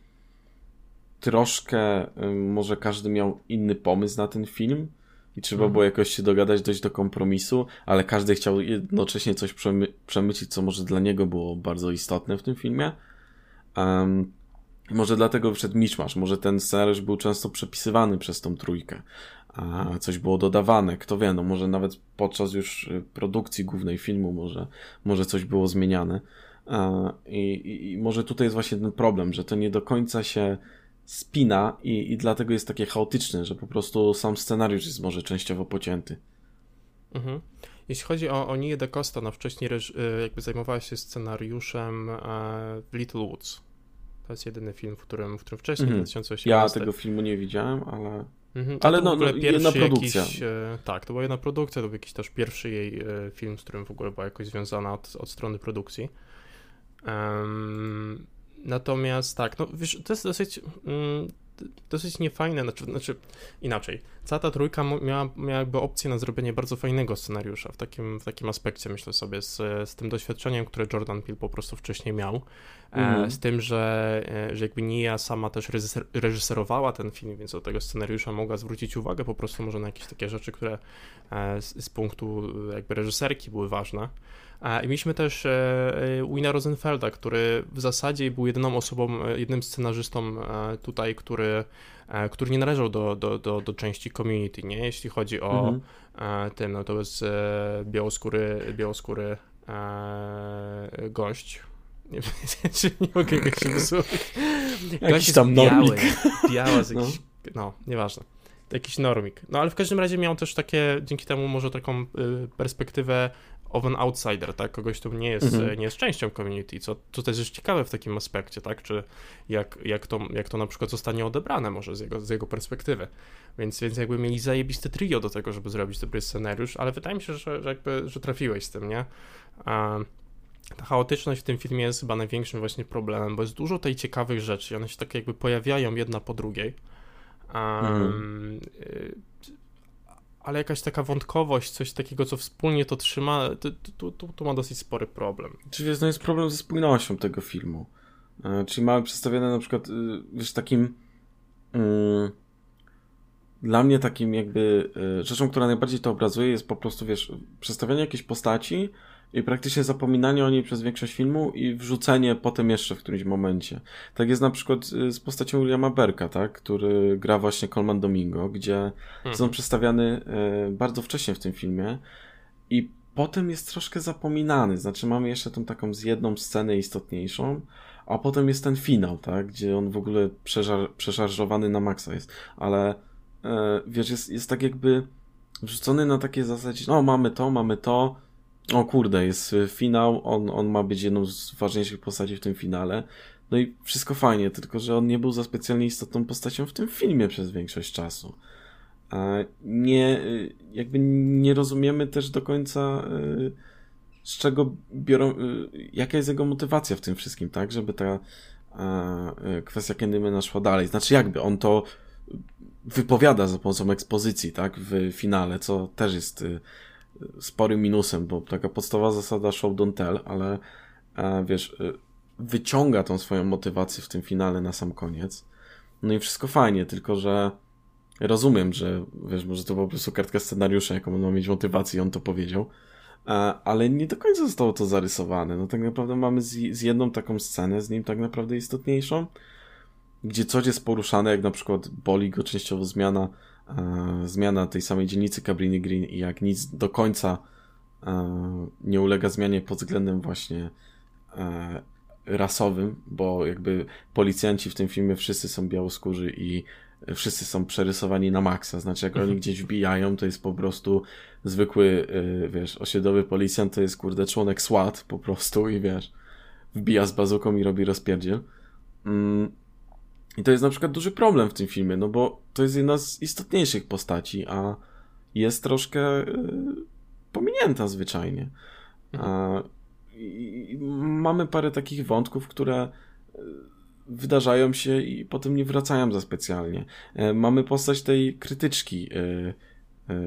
S2: troszkę może każdy miał inny pomysł na ten film i trzeba mhm. było jakoś się dogadać, dojść do kompromisu, ale każdy chciał jednocześnie coś przemy- przemycić, co może dla niego było bardzo istotne w tym filmie. Um, może dlatego wszedł miszmasz, może ten scenariusz był często przepisywany przez tą trójkę, a coś było dodawane, kto wie, no może nawet podczas już produkcji głównej filmu może, może coś było zmieniane. I, i, i może tutaj jest właśnie ten problem, że to nie do końca się spina i, i dlatego jest takie chaotyczne, że po prostu sam scenariusz jest może częściowo pocięty.
S1: Mhm. Jeśli chodzi o, o Nię DaCosta, no wcześniej reż- jakby zajmowała się scenariuszem e, w Little Woods. To jest jedyny film, w którym, w którym wcześniej mhm. dwa tysiące osiemnastym.
S2: Ja tego filmu nie widziałem, ale...
S1: Mhm.
S2: Ale
S1: no,
S2: no, jedna produkcja.
S1: Jakiś, e, tak, to była jedna produkcja, to był jakiś też pierwszy jej e, film, z którym w ogóle była jakoś związana od, od strony produkcji. Um, Natomiast tak, no wiesz, to jest dosyć, mm, dosyć niefajne, znaczy, znaczy inaczej. Cała ta trójka miała, miała jakby opcję na zrobienie bardzo fajnego scenariusza w takim, w takim aspekcie, myślę sobie, z, z tym doświadczeniem, które Jordan Peele po prostu wcześniej miał, mm. e, z tym, że, że jakby Nia sama też reżyser, reżyserowała ten film, więc do tego scenariusza mogła zwrócić uwagę po prostu może na jakieś takie rzeczy, które e, z, z punktu jakby reżyserki były ważne. I mieliśmy też Wina Rosenfelda, który w zasadzie był jedyną osobą, jednym scenarzystą tutaj, który, który nie należał do, do, do, do części community, nie? Jeśli chodzi o mhm. ten, no to jest białoskóry, białoskóry gość. Nie wiem, czy nie mogę go się wysłuchać.
S2: Jakiś tam normik.
S1: Biały, z jakiś, no. no, nieważne. Jakiś normik. No ale w każdym razie miał też takie, dzięki temu może taką y, perspektywę of an outsider, tak? Kogoś, kto nie jest, mhm. nie jest częścią community, co, co też jest ciekawe w takim aspekcie, tak? Czy jak, jak, to, jak to na przykład zostanie odebrane może z jego, z jego perspektywy. Więc, więc jakby mieli zajebiste trio do tego, żeby zrobić dobry scenariusz, ale wydaje mi się, że, że, jakby, że trafiłeś z tym, nie? A ta chaotyczność w tym filmie jest chyba największym właśnie problemem, bo jest dużo tej ciekawych rzeczy i one się tak jakby pojawiają jedna po drugiej. Um, mhm. y, ale jakaś taka wątkowość, coś takiego, co wspólnie to trzyma, to, to, to, to ma dosyć spory problem.
S2: Czyli jest, no jest problem ze spójnością tego filmu. E, czyli mamy przedstawione na przykład, y, wiesz, takim y, dla mnie takim jakby y, rzeczą, która najbardziej to obrazuje, jest po prostu, wiesz, przedstawianie jakiejś postaci i praktycznie zapominanie o niej przez większość filmu i wrzucenie potem jeszcze w którymś momencie. Tak jest na przykład z postacią Williama Burke'a, tak? Który gra właśnie Colman Domingo, gdzie hmm. są przedstawiany y, bardzo wcześnie w tym filmie i potem jest troszkę zapominany. Znaczy mamy jeszcze tą taką z jedną scenę istotniejszą, a potem jest ten finał, tak? Gdzie on w ogóle przeżar- przeszarżowany na maksa jest. Ale e, wiesz, jest, jest tak jakby wrzucony na takie zasadzie, no mamy to, mamy to, o kurde, jest finał, on, on ma być jedną z ważniejszych postaci w tym finale. No i wszystko fajnie, tylko że on nie był za specjalnie istotną postacią w tym filmie przez większość czasu. Nie, jakby nie rozumiemy też do końca, z czego biorą, jaka jest jego motywacja w tym wszystkim, tak, żeby ta kwestia Candymana szła dalej. Znaczy jakby, on to wypowiada za pomocą ekspozycji, tak, w finale, co też jest sporym minusem, bo taka podstawowa zasada show don't tell, ale wiesz, wyciąga tą swoją motywację w tym finale na sam koniec. No i wszystko fajnie, tylko że rozumiem, że wiesz, może to po prostu kartka scenariusza, jaką on ma mieć motywację, on to powiedział, ale nie do końca zostało to zarysowane. No tak naprawdę mamy z, z jedną taką scenę, z nim tak naprawdę istotniejszą, gdzie coś jest poruszane, jak na przykład boli go częściowo zmiana e, zmiana tej samej dzielnicy Cabrini Green i jak nic do końca e, nie ulega zmianie pod względem właśnie e, rasowym, bo jakby policjanci w tym filmie wszyscy są białoskórzy i wszyscy są przerysowani na maksa, znaczy jak oni gdzieś wbijają, to jest po prostu zwykły, yy, wiesz, osiedlowy policjant, to jest kurde członek SWAT po prostu i wiesz, wbija z bazuką i robi rozpierdziel. Mm. I to jest na przykład duży problem w tym filmie, no bo to jest jedna z istotniejszych postaci, a jest troszkę yy, pominięta zwyczajnie. A, i, i mamy parę takich wątków, które yy, wydarzają się i potem nie wracają za specjalnie. E, mamy postać tej krytyczki e, e,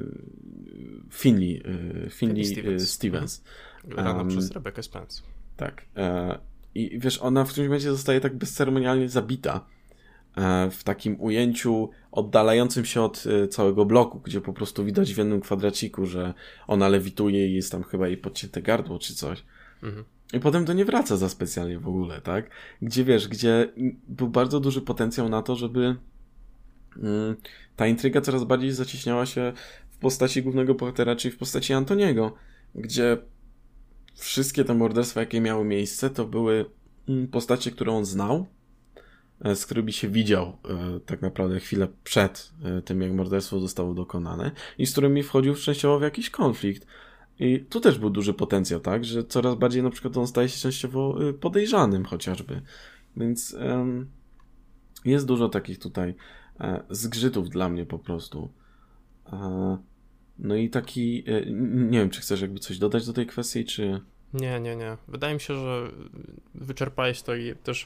S2: Finley, e, Finley Stevens, Stevens.
S1: Grana um, przez Rebecca Spence.
S2: Tak. E, I wiesz, ona w którymś momencie zostaje tak bezceremonialnie zabita e, w takim ujęciu oddalającym się od e, całego bloku, gdzie po prostu widać w jednym kwadraciku, że ona lewituje i jest tam chyba jej podcięte gardło czy coś. Mhm. I potem to nie wraca za specjalnie w ogóle, tak? Gdzie wiesz, gdzie był bardzo duży potencjał na to, żeby mm, ta intryga coraz bardziej zacieśniała się w postaci głównego bohatera, czyli w postaci Antoniego, gdzie wszystkie te morderstwa, jakie miały miejsce, to były mm, postacie, które on znał, e, z którymi się widział e, tak naprawdę chwilę przed e, tym, jak morderstwo zostało dokonane i z którymi wchodził częściowo w jakiś konflikt. I tu też był duży potencjał, tak, że coraz bardziej na przykład on staje się częściowo podejrzanym chociażby. Więc um, jest dużo takich tutaj e, zgrzytów dla mnie po prostu. E, no i taki, e, nie wiem, czy chcesz jakby coś dodać do tej kwestii, czy...
S1: Nie, nie, nie. Wydaje mi się, że wyczerpałeś to i też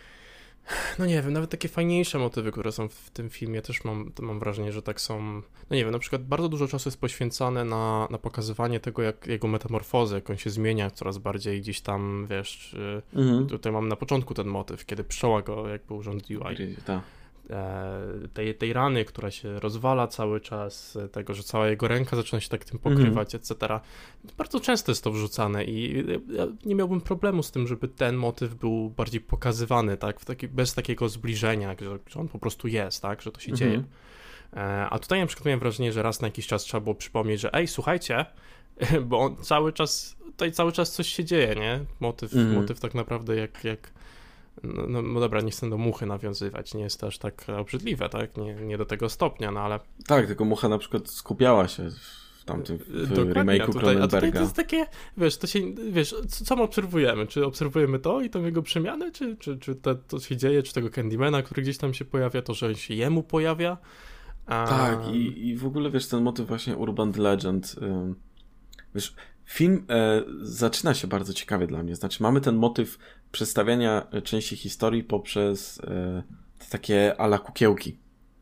S1: no nie wiem, nawet takie fajniejsze motywy, które są w tym filmie, też mam, mam wrażenie, że tak są, no nie wiem, na przykład bardzo dużo czasu jest poświęcane na, na pokazywanie tego, jak jego metamorfozy, jak on się zmienia coraz bardziej gdzieś tam, wiesz, mhm. Tutaj mam na początku ten motyw, kiedy pszczoła go jakby urządziła.
S2: Tak.
S1: Tej, tej rany, która się rozwala cały czas, tego, że cała jego ręka zaczyna się tak tym pokrywać, mm. et cetera. Bardzo często jest to wrzucane i ja nie miałbym problemu z tym, żeby ten motyw był bardziej pokazywany, tak, w taki, bez takiego zbliżenia, że, że on po prostu jest, tak, że to się mm-hmm. dzieje. A tutaj na przykład miałem wrażenie, że raz na jakiś czas trzeba było przypomnieć, że ej, słuchajcie, bo on cały czas, tutaj cały czas coś się dzieje, nie? Motyw, mm. motyw tak naprawdę jak, jak No, no, no dobra, nie chcę do muchy nawiązywać, nie jest to aż tak obrzydliwe, tak? Nie, nie do tego stopnia, no ale...
S2: Tak, tylko mucha na przykład skupiała się w tamtym w remake'u Cronenberga. A
S1: tutaj to jest takie, wiesz, to się, wiesz, co, co my obserwujemy? Czy obserwujemy to i tą jego przemianę, czy, czy, czy to, to się dzieje, czy tego Candymana, który gdzieś tam się pojawia, to, że się jemu pojawia? A...
S2: Tak, i, i w ogóle, wiesz, ten motyw właśnie Urban Legend, ym, wiesz... Film e, zaczyna się bardzo ciekawie dla mnie. Znaczy, mamy ten motyw przedstawiania części historii poprzez e, takie ala kukiełki.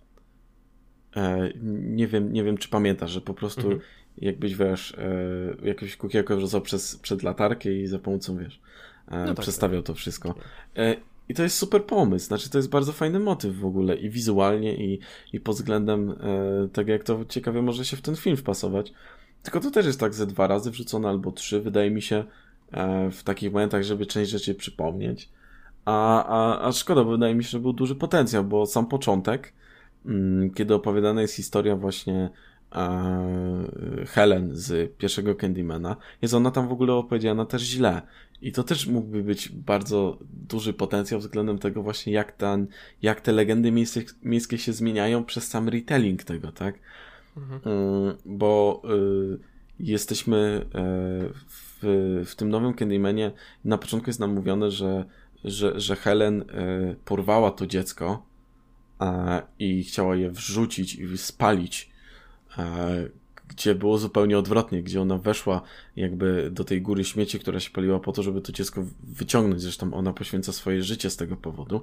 S2: E, nie wiem, nie wiem, czy pamiętasz, że po prostu mhm. jakbyś, wiesz, e, jakąś kukiełkę wrzucał przez, przed latarkę i za pomocą, wiesz, e, no tak, przedstawiał tak. to wszystko. E, I to jest super pomysł. Znaczy, to jest bardzo fajny motyw w ogóle i wizualnie, i, i pod względem e, tego, jak to ciekawie może się w ten film wpasować. Tylko to też jest tak ze dwa razy wrzucone albo trzy, wydaje mi się, e, w takich momentach, żeby część rzeczy przypomnieć. A, a, a szkoda, bo wydaje mi się, że był duży potencjał, bo sam początek, mm, kiedy opowiadana jest historia właśnie Helen z pierwszego Candymana, jest ona tam w ogóle opowiedziana też źle. I to też mógłby być bardzo duży potencjał względem tego właśnie, jak, ten, jak te legendy miejskie, miejskie się zmieniają przez sam retelling tego, tak? Mhm. Bo y, jesteśmy y, w, w tym nowym Candymanie, na początku jest nam mówione, że, że, że Helen y, porwała to dziecko y, i chciała je wrzucić i spalić, y, gdzie było zupełnie odwrotnie, gdzie ona weszła jakby do tej góry śmieci, która się paliła po to, żeby to dziecko wyciągnąć. Zresztą ona poświęca swoje życie z tego powodu.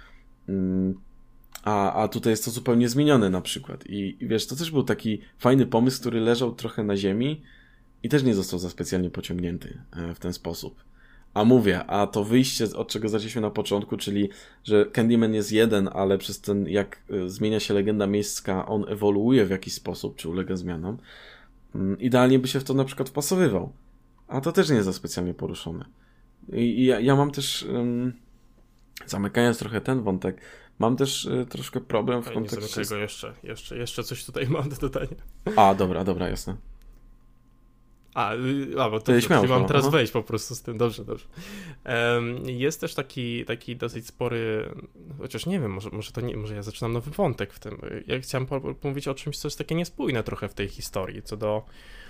S2: A, a tutaj jest to zupełnie zmienione na przykład. I, I wiesz, to też był taki fajny pomysł, który leżał trochę na ziemi i też nie został za specjalnie pociągnięty w ten sposób. A mówię, a to wyjście, od czego zaczęliśmy na początku, czyli że Candyman jest jeden, ale przez ten, jak zmienia się legenda miejska, on ewoluuje w jakiś sposób, czy ulega zmianom, idealnie by się w to na przykład wpasowywał. A to też nie jest za specjalnie poruszone. I, i ja, ja mam też, um, zamykając trochę ten wątek, mam też y, troszkę problem w kontekście... Nie
S1: zamykaj go jeszcze, jeszcze, jeszcze coś tutaj mam do dodania.
S2: A, dobra, dobra, jasne.
S1: A, a bo to, to śmiało, mam teraz aha. wejść po prostu z tym, dobrze, dobrze. Um, jest też taki, taki dosyć spory, chociaż nie wiem, może, może to nie, może ja zaczynam nowy wątek w tym. Ja chciałem powiedzieć o czymś, co jest takie niespójne trochę w tej historii, co do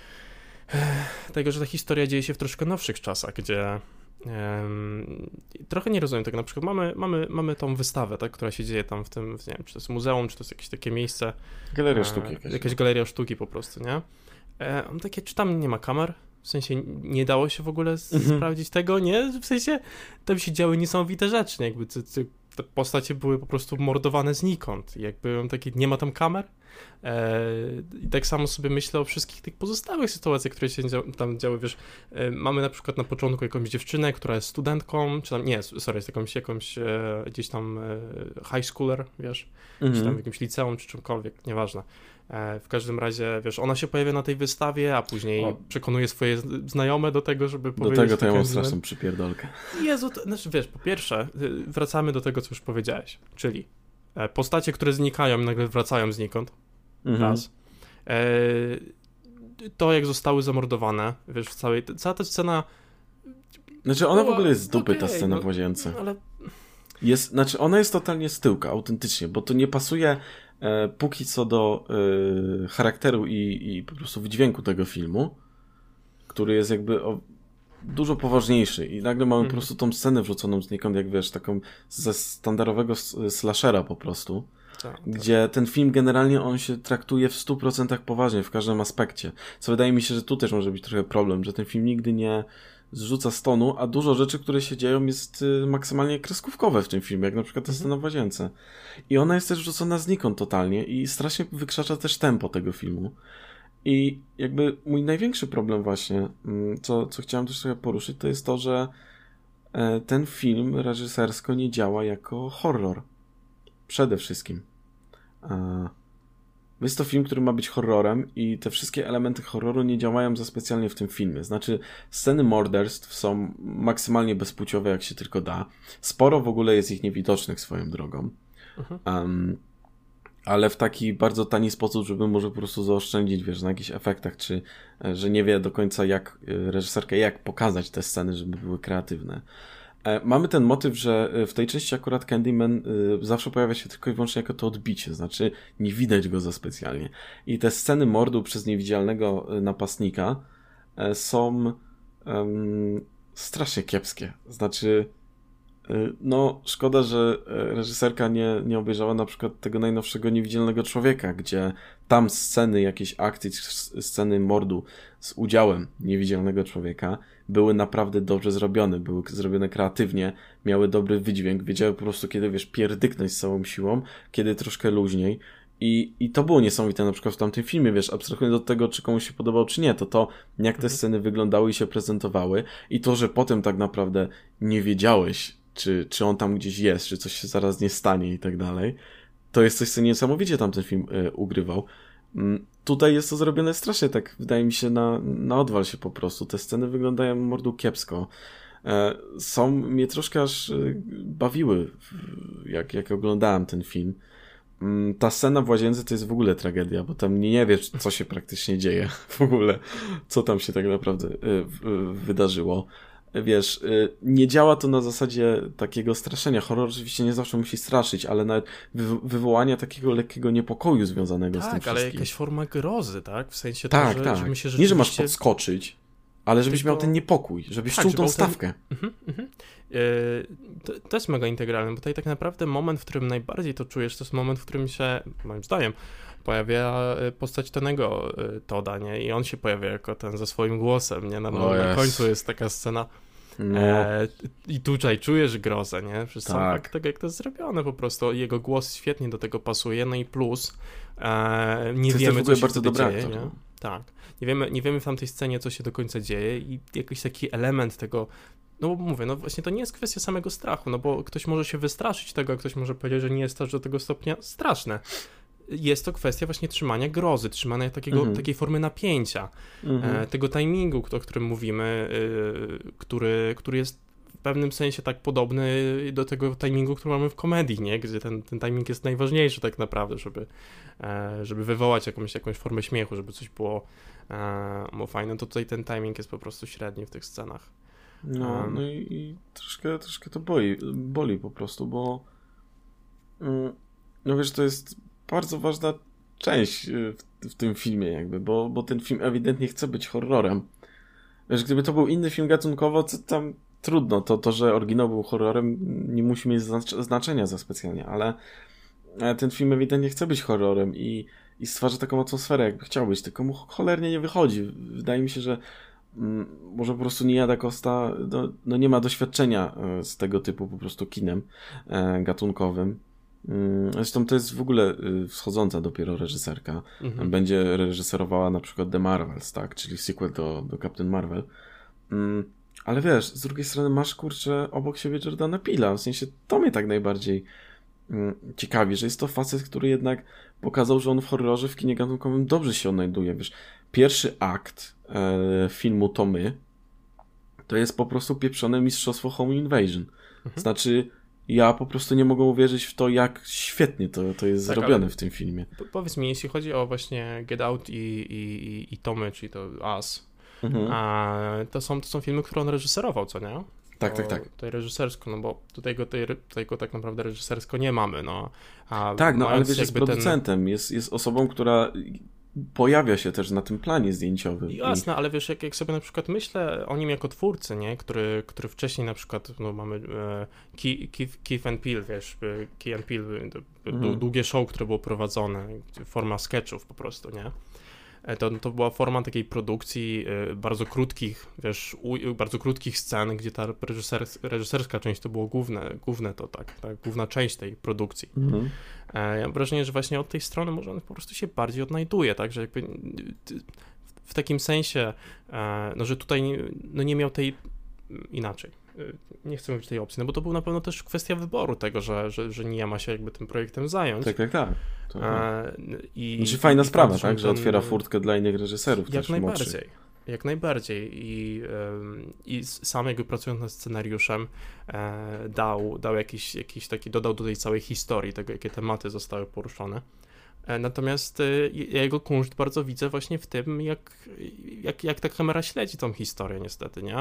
S1: tego, że ta historia dzieje się w troszkę nowszych czasach, gdzie um, trochę nie rozumiem tego, na przykład mamy, mamy, mamy tą wystawę, tak, która się dzieje tam w tym, nie wiem, czy to jest muzeum, czy to jest jakieś takie miejsce.
S2: Galeria sztuki.
S1: Jakaś, jakaś galeria sztuki po prostu, nie? E, takie, czy tam nie ma kamer? W sensie nie dało się w ogóle z- mhm. sprawdzić tego, nie? W sensie tam się działy niesamowite rzeczy, nie? Jakby te, te postacie były po prostu mordowane znikąd. I jakby takie, nie ma tam kamer? E, I tak samo sobie myślę o wszystkich tych pozostałych sytuacjach, które się dzia- tam działy, wiesz, e, mamy na przykład na początku jakąś dziewczynę, która jest studentką, czy tam, nie, sorry, jest jakąś, jakąś e, gdzieś tam e, high schooler, wiesz, mhm. czy tam w jakimś liceum, czy czymkolwiek, nieważne. E, w każdym razie, wiesz, ona się pojawia na tej wystawie, a później o. przekonuje swoje znajome do tego, żeby
S2: do
S1: powiedzieć...
S2: Do tego to ja mam straszną przypierdolkę.
S1: Jezu, to, znaczy wiesz, po pierwsze, wracamy do tego, co już powiedziałeś, czyli e, postacie, które znikają i nagle wracają znikąd, mhm. raz. E, to, jak zostały zamordowane, wiesz, w całej, cała ta scena...
S2: Znaczy, ona w ogóle jest z dupy, okay, ta scena no, w łazience. Ale... Jest, znaczy, ona jest totalnie z tyłka, autentycznie, bo to nie pasuje... E, póki co do e, charakteru i, i po prostu wydźwięku tego filmu, który jest jakby o, dużo poważniejszy i nagle mamy mm. po prostu tą scenę wrzuconą znikąd, jak wiesz, taką ze standardowego slashera po prostu, tak, tak. gdzie ten film generalnie on się traktuje w stu procentach poważnie, w każdym aspekcie, co wydaje mi się, że tu też może być trochę problem, że ten film nigdy nie zrzuca z tonu, a dużo rzeczy, które się dzieją jest y, maksymalnie kreskówkowe w tym filmie, jak na przykład ta scena w łazience. I ona jest też wrzucona znikąd totalnie i strasznie wykrzacza też tempo tego filmu. I jakby mój największy problem właśnie, co, co chciałem też sobie poruszyć, to jest to, że e, ten film reżysersko nie działa jako horror. Przede wszystkim. E, Jest to film, który ma być horrorem i te wszystkie elementy horroru nie działają za specjalnie w tym filmie. Znaczy, sceny morderstw są maksymalnie bezpłciowe, jak się tylko da. Sporo w ogóle jest ich niewidocznych swoją drogą. Mhm. Um, ale w taki bardzo tani sposób, żeby może po prostu zaoszczędzić, wiesz, na jakichś efektach, czy że nie wie do końca jak reżyserka, jak pokazać te sceny, żeby były kreatywne. Mamy ten motyw, że w tej części akurat Candyman zawsze pojawia się tylko i wyłącznie jako to odbicie, znaczy nie widać go za specjalnie. I te sceny mordu przez niewidzialnego napastnika są um, strasznie kiepskie. Znaczy, no szkoda, że reżyserka nie, nie obejrzała na przykład tego najnowszego Niewidzialnego Człowieka, gdzie tam sceny jakiejś akcji, sceny mordu z udziałem Niewidzialnego Człowieka były naprawdę dobrze zrobione, były zrobione kreatywnie, miały dobry wydźwięk, wiedziały po prostu kiedy, wiesz, pierdyknąć z całą siłą, kiedy troszkę luźniej i, i to było niesamowite na przykład w tamtym filmie, wiesz, abstrahując od tego, czy komuś się podobał, czy nie, to to, jak te sceny wyglądały i się prezentowały i to, że potem tak naprawdę nie wiedziałeś, czy, czy on tam gdzieś jest, czy coś się zaraz nie stanie i tak dalej, to jest coś, co niesamowicie tam ten film y, ugrywał. Tutaj jest to zrobione strasznie tak, wydaje mi się, na, na odwal się po prostu. Te sceny wyglądają mordu kiepsko. E, są, mnie troszkę aż bawiły, jak, jak oglądałem ten film. ta scena w łazience to jest w ogóle tragedia, bo tam nie wiesz, co się praktycznie dzieje w ogóle, co tam się tak naprawdę wydarzyło. Wiesz, nie działa to na zasadzie takiego straszenia. Horror oczywiście nie zawsze musi straszyć, ale nawet wywołania takiego lekkiego niepokoju związanego
S1: tak,
S2: z tym wszystkim.
S1: Tak, ale jakaś forma grozy, tak? W sensie
S2: tak,
S1: to, że,
S2: tak.
S1: że my się rzeczywiście...
S2: Nie, że masz podskoczyć, ale żebyś
S1: Tylko...
S2: miał ten niepokój, żebyś
S1: tak,
S2: czuł
S1: żeby
S2: tą
S1: ten...
S2: stawkę.
S1: Mhm, mhm. Yy, to, to jest mega integralne, bo tutaj tak naprawdę moment, w którym najbardziej to czujesz, to jest moment, w którym się, moim zdaniem, pojawia postać Tonego Toda, nie? I on się pojawia jako ten ze swoim głosem, nie? Na,
S2: O,
S1: na końcu jest taka scena.
S2: No.
S1: E, I tutaj czujesz grozę, nie? Przez sam
S2: Tak.
S1: fakt tego, jak to jest zrobione po prostu. Jego głos świetnie do tego pasuje, no i plus e, nie
S2: to
S1: wiemy, co się
S2: bardzo
S1: wtedy dzieje,
S2: aktor,
S1: nie?
S2: no.
S1: Tak. Nie wiemy, nie wiemy w tamtej scenie, co się do końca dzieje i jakiś taki element tego, no bo mówię, no właśnie to nie jest kwestia samego strachu, no bo ktoś może się wystraszyć tego, a ktoś może powiedzieć, że nie jest to do tego stopnia straszne. Jest to kwestia właśnie trzymania grozy, trzymania takiego,
S2: mhm.
S1: takiej formy napięcia,
S2: Mhm.
S1: e, tego timingu, o którym mówimy, y, który, który jest w pewnym sensie tak podobny do tego timingu, który mamy w komedii, nie? Gdzie ten, ten timing jest najważniejszy tak naprawdę, żeby, e, żeby wywołać jakąś, jakąś formę śmiechu, żeby coś było, e, było fajne, to tutaj ten timing jest po prostu średni w tych scenach.
S2: No,
S1: um.
S2: no i, i troszkę, troszkę to boli, boli po prostu, bo mm, no wiesz, to jest bardzo ważna część w, w tym filmie jakby, bo, bo ten film ewidentnie chce być horrorem. Wiesz, gdyby to był inny film gatunkowo, to tam trudno, to, to że oryginał był horrorem nie musi mieć znaczenia za specjalnie, ale ten film ewidentnie chce być horrorem i, i stwarza taką atmosferę, jakby chciał być, tylko mu cholernie nie wychodzi. Wydaje mi się, że mm, może po prostu Nia Da Costa no, no nie ma doświadczenia z tego typu po prostu kinem e, gatunkowym. Zresztą to jest w ogóle wschodząca dopiero reżyserka. Mhm. Będzie reżyserowała na przykład The Marvels, tak? Czyli sequel do, do Captain Marvel. Ale wiesz, z drugiej strony masz, kurczę, obok siebie Jordana Peele'a. W sensie to mnie tak najbardziej ciekawi, że jest to facet, który jednak pokazał, że on w horrorze, w kinie gatunkowym dobrze się odnajduje. Wiesz, pierwszy akt e, filmu To My to jest po prostu pieprzone mistrzostwo Home Invasion. Mhm. Znaczy ja po prostu nie mogę uwierzyć w to, jak świetnie to, to jest tak, zrobione w tym filmie.
S1: Po, powiedz mi, jeśli chodzi o właśnie Get Out i, i, i To My, czyli to Us, mhm. a, to, są, to są filmy, które on reżyserował, co nie?
S2: Tak,
S1: to,
S2: tak, tak.
S1: Tutaj reżysersko, no bo tutaj go, tutaj, tutaj go tak naprawdę reżysersko nie mamy, no. A
S2: tak, no ale wiesz, jest producentem, ten... jest, jest osobą, która pojawia się też na tym planie zdjęciowym.
S1: Jasne,
S2: i...
S1: ale wiesz, jak, jak sobie na przykład myślę o nim jako twórcy, nie, który, który wcześniej na przykład, no mamy e, Keith, Keith and Peele, wiesz, Keith and Peele, mhm. długie show, które było prowadzone, forma sketchów po prostu, nie? To, to była forma takiej produkcji y, bardzo krótkich, wiesz, u, bardzo krótkich scen, gdzie ta reżyser, reżyserska część to było główne, główne to tak, tak, główna część tej produkcji. Mm-hmm. E, ja mam wrażenie, że właśnie od tej strony może on po prostu się bardziej odnajduje, tak, że jakby w, w takim sensie, e, no, że tutaj no, nie miał tej, inaczej, nie chcę mówić tej opcji, no bo to był na pewno też kwestia wyboru tego, że, że, że nie ma się jakby tym projektem zająć.
S2: Tak, tak, tak. To,
S1: e, i,
S2: znaczy fajna
S1: i
S2: sprawa,
S1: tak,
S2: ten, że otwiera furtkę dla innych reżyserów.
S1: Jak
S2: też
S1: najbardziej.
S2: Młodszych.
S1: Jak najbardziej. I, um, i sam jakby pracując nad scenariuszem e, dał, dał jakiś, jakiś taki, dodał do tej całej historii tego, jakie tematy zostały poruszone. E, natomiast e, ja jego kunszt bardzo widzę właśnie w tym, jak, jak, jak ta kamera śledzi tą historię niestety, nie?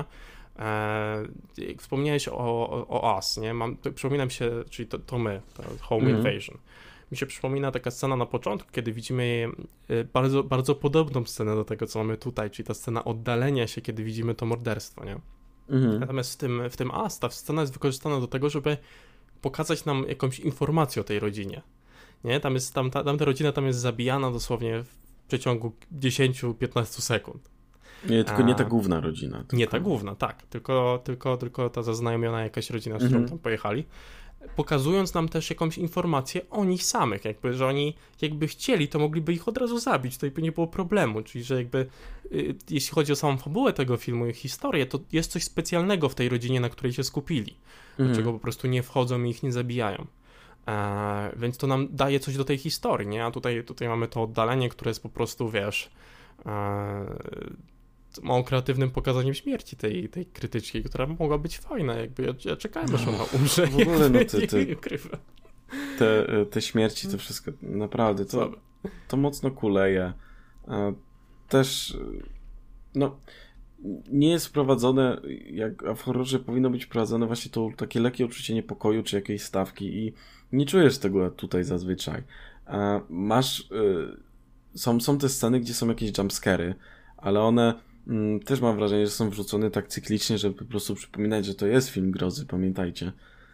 S1: E, jak wspomniałeś o, o, o Us, nie? Mam, to, przypominam się, czyli to, to my, to Home mm-hmm. Invasion. Mi się przypomina taka scena na początku, kiedy widzimy bardzo, bardzo podobną scenę do tego, co mamy tutaj, czyli ta scena oddalenia się, kiedy widzimy to morderstwo, nie? Mhm. Natomiast w tym, w tym Us ta scena jest wykorzystana do tego, żeby pokazać nam jakąś informację o tej rodzinie, nie? Tam jest, tam, ta, tam ta rodzina tam jest zabijana dosłownie w przeciągu dziesięć do piętnastu sekund.
S2: Nie, tylko A, nie ta główna rodzina. Tylko...
S1: Nie ta główna, tak, tylko, tylko, tylko ta zaznajomiona jakaś rodzina, z którą mhm. tam pojechali. Pokazując nam też jakąś informację o nich samych, jakby, że oni jakby chcieli, to mogliby ich od razu zabić, tutaj by nie było problemu, czyli że jakby y, jeśli chodzi o samą fabułę tego filmu i historię, to jest coś specjalnego w tej rodzinie, na której się skupili, mhm. dlaczego po prostu nie wchodzą i ich nie zabijają. E, więc to nam daje coś do tej historii, nie? A tutaj, tutaj mamy to oddalenie, które jest po prostu, wiesz, e, małą kreatywnym pokazaniem śmierci tej, tej krytyczki, która mogła być fajna, jakby ja, ja czekałem, aż ona umrze.
S2: W ogóle, no ty, ty, te, te śmierci, to wszystko, naprawdę, to, to mocno kuleje. Też, no, nie jest wprowadzone, jak w horrorze powinno być wprowadzone właśnie to takie lekkie uczucie niepokoju, czy jakiejś stawki i nie czujesz tego tutaj zazwyczaj. Masz, są, są te sceny, gdzie są jakieś jumpscary, ale one mm, też mam wrażenie, że są wrzucone tak cyklicznie, żeby po prostu przypominać, że to jest film grozy, pamiętajcie.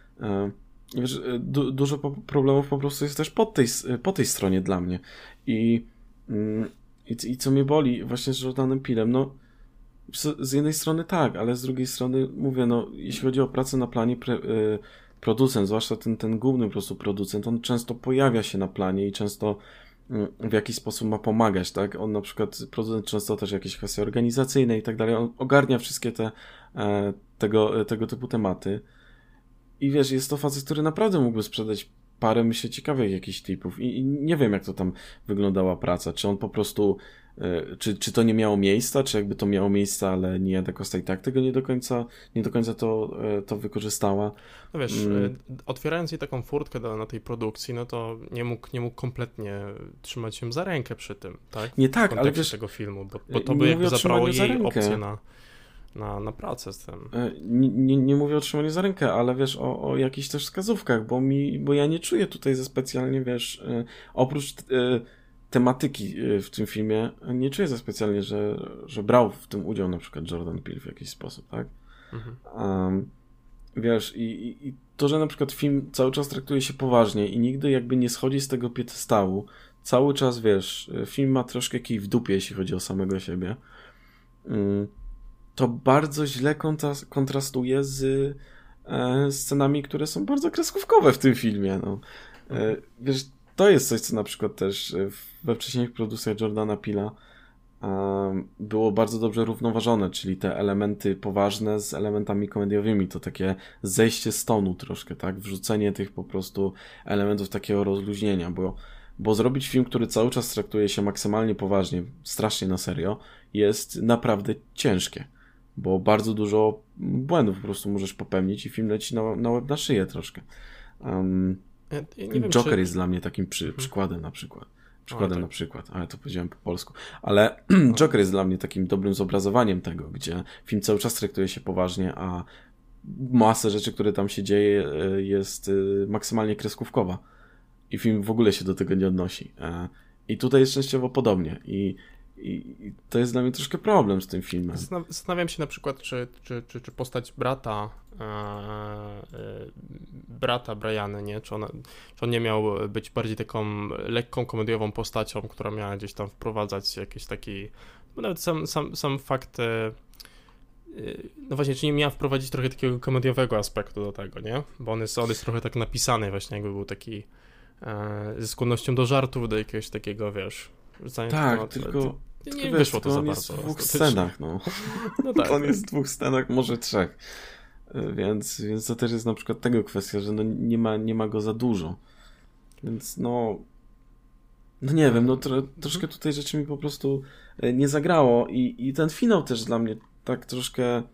S2: Wiesz, du- dużo po- problemów po prostu jest też po tej, po tej stronie dla mnie. I, mm, i, i co mnie boli właśnie z Jordanem Peelem, no z, z jednej strony tak, ale z drugiej strony mówię, no jeśli chodzi o pracę na planie, pre, y, producent, zwłaszcza ten, ten główny po prostu producent, on często pojawia się na planie i często y, w jakiś sposób ma pomagać, tak? On na przykład, producent często też jakieś kwestie organizacyjne i tak dalej, on ogarnia wszystkie te e, tego, tego typu tematy. I wiesz, jest to facet, który naprawdę mógłby sprzedać parę, myślę, ciekawych jakichś tipów. I, I nie wiem, jak to tam wyglądała praca. Czy on po prostu, y, czy, czy to nie miało miejsca, czy jakby to miało miejsce, ale nie Da Costa i tak tego nie do końca, nie do końca to, y, to wykorzystała.
S1: No wiesz,
S2: Mm.
S1: y, otwierając jej taką furtkę do, na tej produkcji, no to nie mógł, nie mógł kompletnie trzymać się za rękę przy tym, tak?
S2: Nie tak,
S1: w
S2: ale wiesz,
S1: tego filmu, bo, bo to
S2: nie
S1: by jakby
S2: mówię o
S1: zabrało
S2: trzymaniu za
S1: jej
S2: rękę.
S1: opcję na, na, na pracę z tym.
S2: Y, Nie, nie, nie mówię o trzymaniu za rękę, ale wiesz, o, o jakichś też wskazówkach, bo mi, bo ja nie czuję tutaj za specjalnie, wiesz, y, oprócz y, tematyki y, w tym filmie, nie czuję za specjalnie, że, że brał w tym udział na przykład Jordan Peele w jakiś sposób, tak?
S1: Mhm.
S2: Um, wiesz, i, i, i to, że na przykład film cały czas traktuje się poważnie i nigdy jakby nie schodzi z tego piedestału, cały czas, wiesz, film ma troszkę kij w dupie, jeśli chodzi o samego siebie, um, to bardzo źle kontras- kontrastuje z e, scenami, które są bardzo kreskówkowe w tym filmie. No. E, wiesz, to jest coś, co na przykład też we wcześniejszych produkcjach Jordana Peela e, było bardzo dobrze równoważone, czyli te elementy poważne z elementami komediowymi, to takie zejście z tonu troszkę, tak? Wrzucenie tych po prostu elementów takiego rozluźnienia, bo, bo zrobić film, który cały czas traktuje się maksymalnie poważnie, strasznie na serio, jest naprawdę ciężkie. Bo bardzo dużo błędów po prostu możesz popełnić i film leci na, na łeb na szyję troszkę. Um,
S1: Ja, ja nie wiem,
S2: Joker
S1: czy...
S2: jest dla mnie takim przy,
S1: Mhm.
S2: przykładem na przykład. Przykładem
S1: O, tak.
S2: na przykład, ale to powiedziałem po polsku. Ale Joker jest dla mnie takim dobrym zobrazowaniem tego, gdzie film cały czas traktuje się poważnie, a masa rzeczy, które tam się dzieje, jest maksymalnie kreskówkowa. I film w ogóle się do tego nie odnosi. I tutaj jest częściowo podobnie. I I to jest dla mnie troszkę problem z tym filmem.
S1: Zastanawiam się na przykład, czy, czy, czy, czy postać brata e, e, brata Briana, nie? Czy, ona, czy on nie miał być bardziej taką lekką, komediową postacią, która miała gdzieś tam wprowadzać jakiś taki, bo nawet sam, sam, sam fakt, e, no właśnie, czy nie miała wprowadzić trochę takiego komediowego aspektu do tego, nie? Bo on jest, on jest trochę tak napisany właśnie, jakby był taki e, ze skłonnością do żartów, do jakiegoś takiego, wiesz,
S2: tak,
S1: to,
S2: tylko...
S1: to, nie
S2: tylko wiesz,
S1: wyszło to za
S2: on
S1: bardzo.
S2: jest w dwóch
S1: ostatecznie.
S2: scenach, no.
S1: No tak.
S2: On jest w dwóch scenach, może trzech. Więc, więc to też jest na przykład tego kwestia, że no nie, ma, nie ma go za dużo. Więc no... No nie wiem, no tro, troszkę tutaj rzeczy mi po prostu nie zagrało i, i ten finał też dla mnie tak troszkę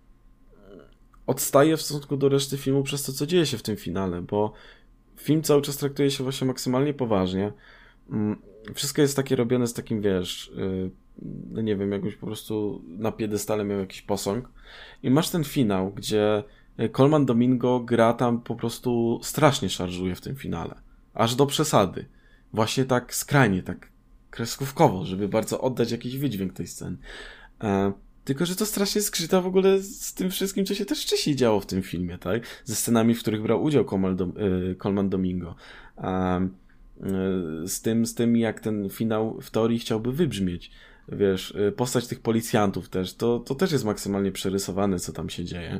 S2: odstaje w stosunku do reszty filmu przez to, co dzieje się w tym finale, bo film cały czas traktuje się właśnie maksymalnie poważnie. Wszystko jest takie robione z takim, wiesz, no nie wiem, jakbyś po prostu na piedestale miał jakiś posąg i masz ten finał, gdzie Colman Domingo gra tam po prostu strasznie szarżuje w tym finale. Aż do przesady. Właśnie tak skrajnie, tak kreskówkowo, żeby bardzo oddać jakiś wydźwięk tej sceny. E, tylko, że to strasznie skrzyta w ogóle z tym wszystkim, co się też wcześniej działo w tym filmie, tak? Ze scenami, w których brał udział Colman Domingo. E, z tym, z tym, jak ten finał w teorii chciałby wybrzmieć. Wiesz, postać tych policjantów też, to, to też jest maksymalnie przerysowane, co tam się dzieje.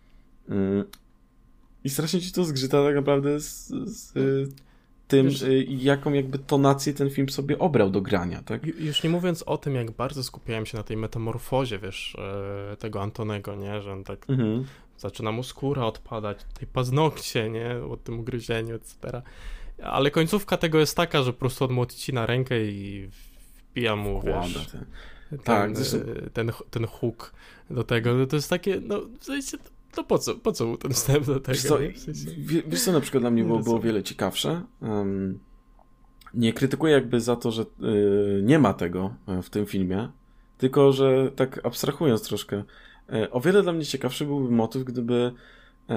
S2: I strasznie ci to zgrzyta tak naprawdę z, z tym, wiesz, jaką jakby tonację ten film sobie obrał do grania, tak?
S1: Już nie mówiąc o tym, jak bardzo skupiałem się na tej metamorfozie, wiesz, tego Antonego, nie? Że on tak mhm. zaczyna mu skóra odpadać, tej paznokcie, nie? O tym ugryzieniu, et cetera. Ale końcówka tego jest taka, że po prostu odmłodzi ci na rękę i wpija mu,
S2: Wkłada
S1: wiesz,
S2: ten,
S1: ten,
S2: tak,
S1: ten, ten hook do tego. To jest takie, no w sensie, to po co, po co był ten wstęp do tego?
S2: Wiesz co,
S1: w sensie...
S2: wiesz co na przykład dla mnie było, było wiele ciekawsze? Um, nie krytykuję jakby za to, że y, nie ma tego w tym filmie, tylko że tak abstrahując troszkę, y, o wiele dla mnie ciekawszy byłby motyw, gdyby y,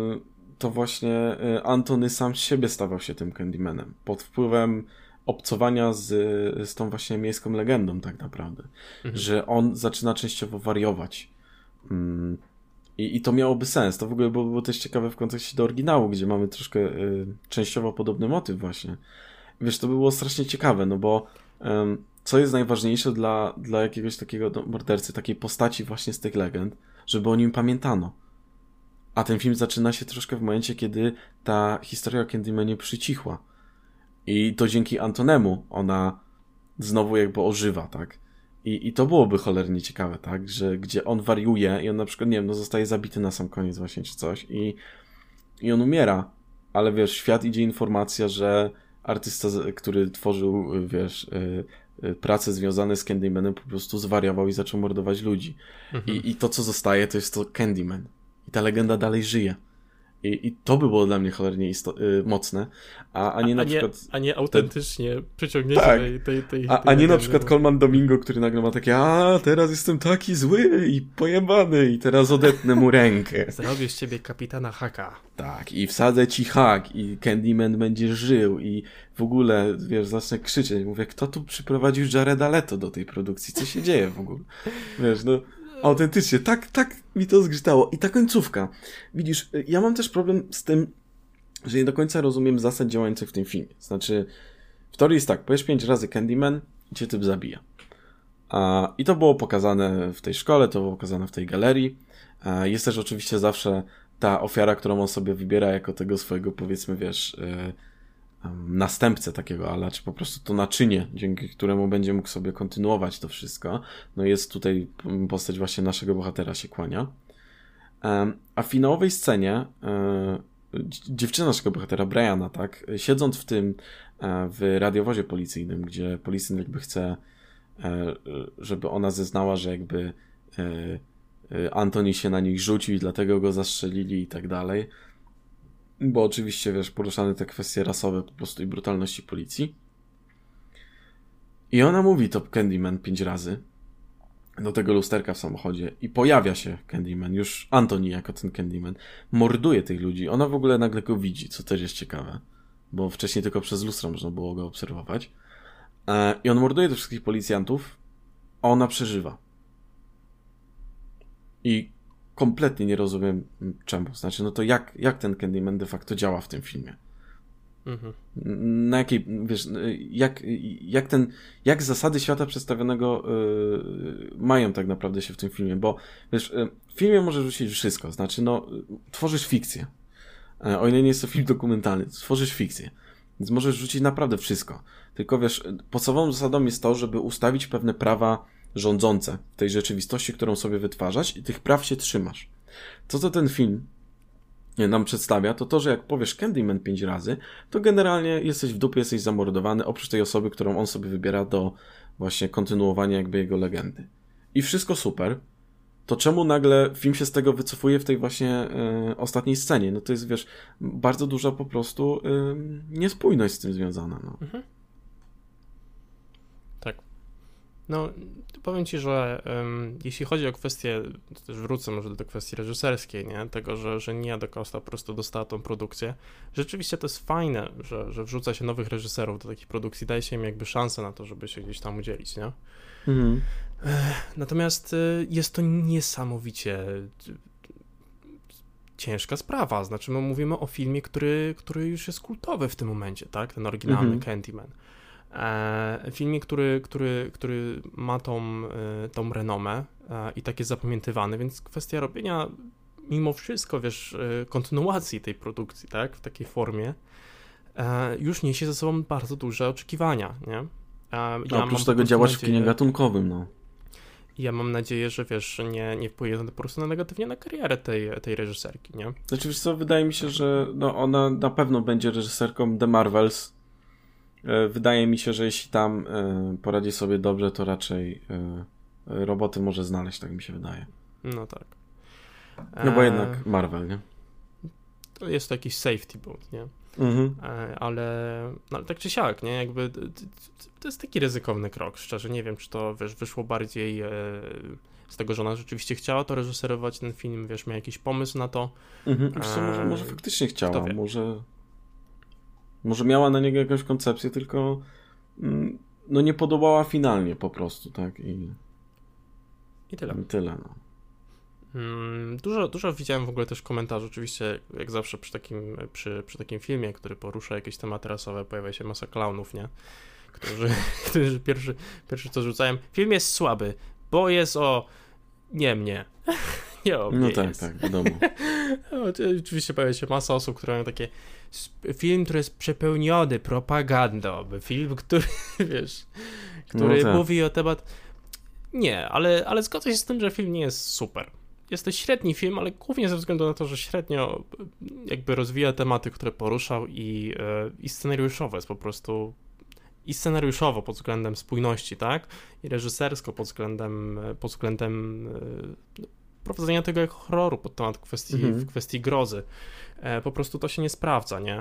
S2: to właśnie y, Antony sam z siebie stawał się tym Candymanem, pod wpływem obcowania z, z tą właśnie miejską legendą tak naprawdę, mhm. że on zaczyna częściowo wariować. Mm, i, I to miałoby sens. To w ogóle było, było też ciekawe w kontekście do oryginału, gdzie mamy troszkę y, częściowo podobny motyw właśnie. Wiesz, to by było strasznie ciekawe, no bo um, co jest najważniejsze dla, dla jakiegoś takiego no, mordercy, takiej postaci właśnie z tych legend, żeby o nim pamiętano. A ten film zaczyna się troszkę w momencie, kiedy ta historia o Candymanie przycichła. I to dzięki Antonemu ona znowu jakby ożywa, tak? I, i to byłoby cholernie ciekawe, tak? Że gdzie on wariuje i on na przykład, nie wiem, no zostaje zabity na sam koniec właśnie czy coś i, i on umiera. Ale wiesz, w świat idzie informacja, że artysta, który tworzył, wiesz, prace związane z Candymanem po prostu zwariował i zaczął mordować ludzi. Mhm. I, I to, co zostaje, to jest to Candyman. I ta legenda dalej żyje. I, i to by było dla mnie cholernie isto- y, mocne, a, a nie a, na a przykład...
S1: Nie, a nie autentycznie ten... przyciągnięcie tak. tej, tej, tej,
S2: A, tej a nie na przykład Colman Domingo, który nagle ma takie, a teraz jestem taki zły i pojebany i teraz odetnę mu rękę.
S1: Zrobię z ciebie kapitana haka.
S2: Tak, i wsadzę ci hak i Candyman będzie żył i w ogóle, wiesz, zacznę krzyczeć. Mówię, kto tu przyprowadził Jareda Leto do tej produkcji? Co się dzieje w ogóle? Wiesz, no... Autentycznie, tak, tak mi to zgrzytało. I ta końcówka. Widzisz, ja mam też problem z tym, że nie do końca rozumiem zasad działających w tym filmie. Znaczy, w teorii jest tak, powiesz pięć razy Candyman i cię typ zabija. A, I to było pokazane w tej szkole, to było pokazane w tej galerii. A, jest też oczywiście zawsze ta ofiara, którą on sobie wybiera jako tego swojego, powiedzmy, wiesz... Yy, następcę takiego ala, czy po prostu to naczynie, dzięki któremu będzie mógł sobie kontynuować to wszystko. No jest tutaj postać właśnie naszego bohatera się kłania. A w finałowej scenie dziewczyna naszego bohatera, Briana, tak, siedząc w tym w radiowozie policyjnym, gdzie policjant jakby chce, żeby ona zeznała, że jakby Antoni się na nich rzucił i dlatego go zastrzelili i tak dalej. Bo oczywiście, wiesz, poruszane te kwestie rasowe po prostu i brutalności policji. I ona mówi to Candyman pięć razy do tego lusterka w samochodzie i pojawia się Candyman, już Antoni jako ten Candyman, morduje tych ludzi. Ona w ogóle nagle go widzi, co też jest ciekawe, bo wcześniej tylko przez lustro można było go obserwować. I on morduje tych wszystkich policjantów, a ona przeżywa. I kompletnie nie rozumiem czemu. Znaczy, no to jak, jak ten Candyman de facto działa w tym filmie? Mhm. Na jakiej, wiesz, jak, jak ten, jak zasady świata przedstawionego yy, mają tak naprawdę się w tym filmie, bo wiesz, w filmie możesz rzucić wszystko, znaczy, no, tworzysz fikcję. O ile nie jest to film dokumentalny, tworzysz fikcję. Więc możesz rzucić naprawdę wszystko. Tylko wiesz, podstawową zasadą jest to, żeby ustawić pewne prawa rządzące w tej rzeczywistości, którą sobie wytwarzasz i tych praw się trzymasz. To, co ten film nam przedstawia, to to, że jak powiesz Candyman pięć razy, to generalnie jesteś w dupie, jesteś zamordowany, oprócz tej osoby, którą on sobie wybiera do właśnie kontynuowania jakby jego legendy. I wszystko super. To czemu nagle film się z tego wycofuje w tej właśnie y, ostatniej scenie? No to jest, wiesz, bardzo duża po prostu y, niespójność z tym związana. No. Mhm.
S1: Tak. No, powiem ci, że um, jeśli chodzi o kwestię, to też wrócę może do tej kwestii reżyserskiej, nie? Tego, że, że Nia da Costa po prostu dostała tą produkcję. Rzeczywiście to jest fajne, że, że wrzuca się nowych reżyserów do takich produkcji, daje się im jakby szansę na to, żeby się gdzieś tam udzielić, nie? Mhm. Natomiast jest to niesamowicie ciężka sprawa. Znaczy, my mówimy o filmie, który, który już jest kultowy w tym momencie, tak? Ten oryginalny mhm. Candyman. E, filmie, który, który, który ma tą, tą renomę e, i tak jest zapamiętywany, więc kwestia robienia mimo wszystko, wiesz, kontynuacji tej produkcji, tak? W takiej formie e, już niesie ze sobą bardzo duże oczekiwania, nie? E,
S2: ja oprócz tego działasz nadzieję, w kinie gatunkowym, no.
S1: Ja mam nadzieję, że wiesz, nie, nie wpłynie to po prostu na negatywnie na karierę tej, tej reżyserki, nie?
S2: Znaczy, wiesz co, wydaje mi się, że no, ona na pewno będzie reżyserką The Marvels. Wydaje mi się, że jeśli tam poradzi sobie dobrze, to raczej roboty może znaleźć, tak mi się wydaje.
S1: No tak.
S2: No bo jednak Marvel, nie?
S1: To jest to jakiś safety boat, nie?
S2: Mhm.
S1: Ale, no, ale tak czy siak, nie? Jakby to jest taki ryzykowny krok, szczerze. Nie wiem, czy to, wiesz, wyszło bardziej e, z tego, że ona rzeczywiście chciała to reżyserować ten film, wiesz, miał jakiś pomysł na to.
S2: Mhm. Wiesz co, może, może faktycznie chciała, może, może miała na niego jakąś koncepcję, tylko mm, no nie podobała finalnie po prostu, tak? I,
S1: I tyle.
S2: I tyle, no.
S1: Dużo, dużo widziałem w ogóle też komentarzy, oczywiście jak zawsze przy takim, przy, przy takim filmie, który porusza jakieś tematy rasowe, pojawia się masa klaunów, nie? Którzy, którzy pierwszy, pierwszy co rzucają, film jest słaby, bo jest o nie mnie. Nie o mnie
S2: No tak,
S1: jest.
S2: tak, wiadomo.
S1: No, oczywiście pojawia się masa osób, które mają takie film, który jest przepełniony propagandą, film, który, wiesz, który no tak. mówi o temat... Nie, ale, ale zgodzę się z tym, że film nie jest super. Jest to średni film, ale głównie ze względu na to, że średnio jakby rozwija tematy, które poruszał i, i scenariuszowo jest po prostu i scenariuszowo pod względem spójności, tak? I reżysersko pod względem pod względem prowadzenia tego jako horroru pod temat kwestii, mhm. w kwestii grozy. Po prostu to się nie sprawdza, nie?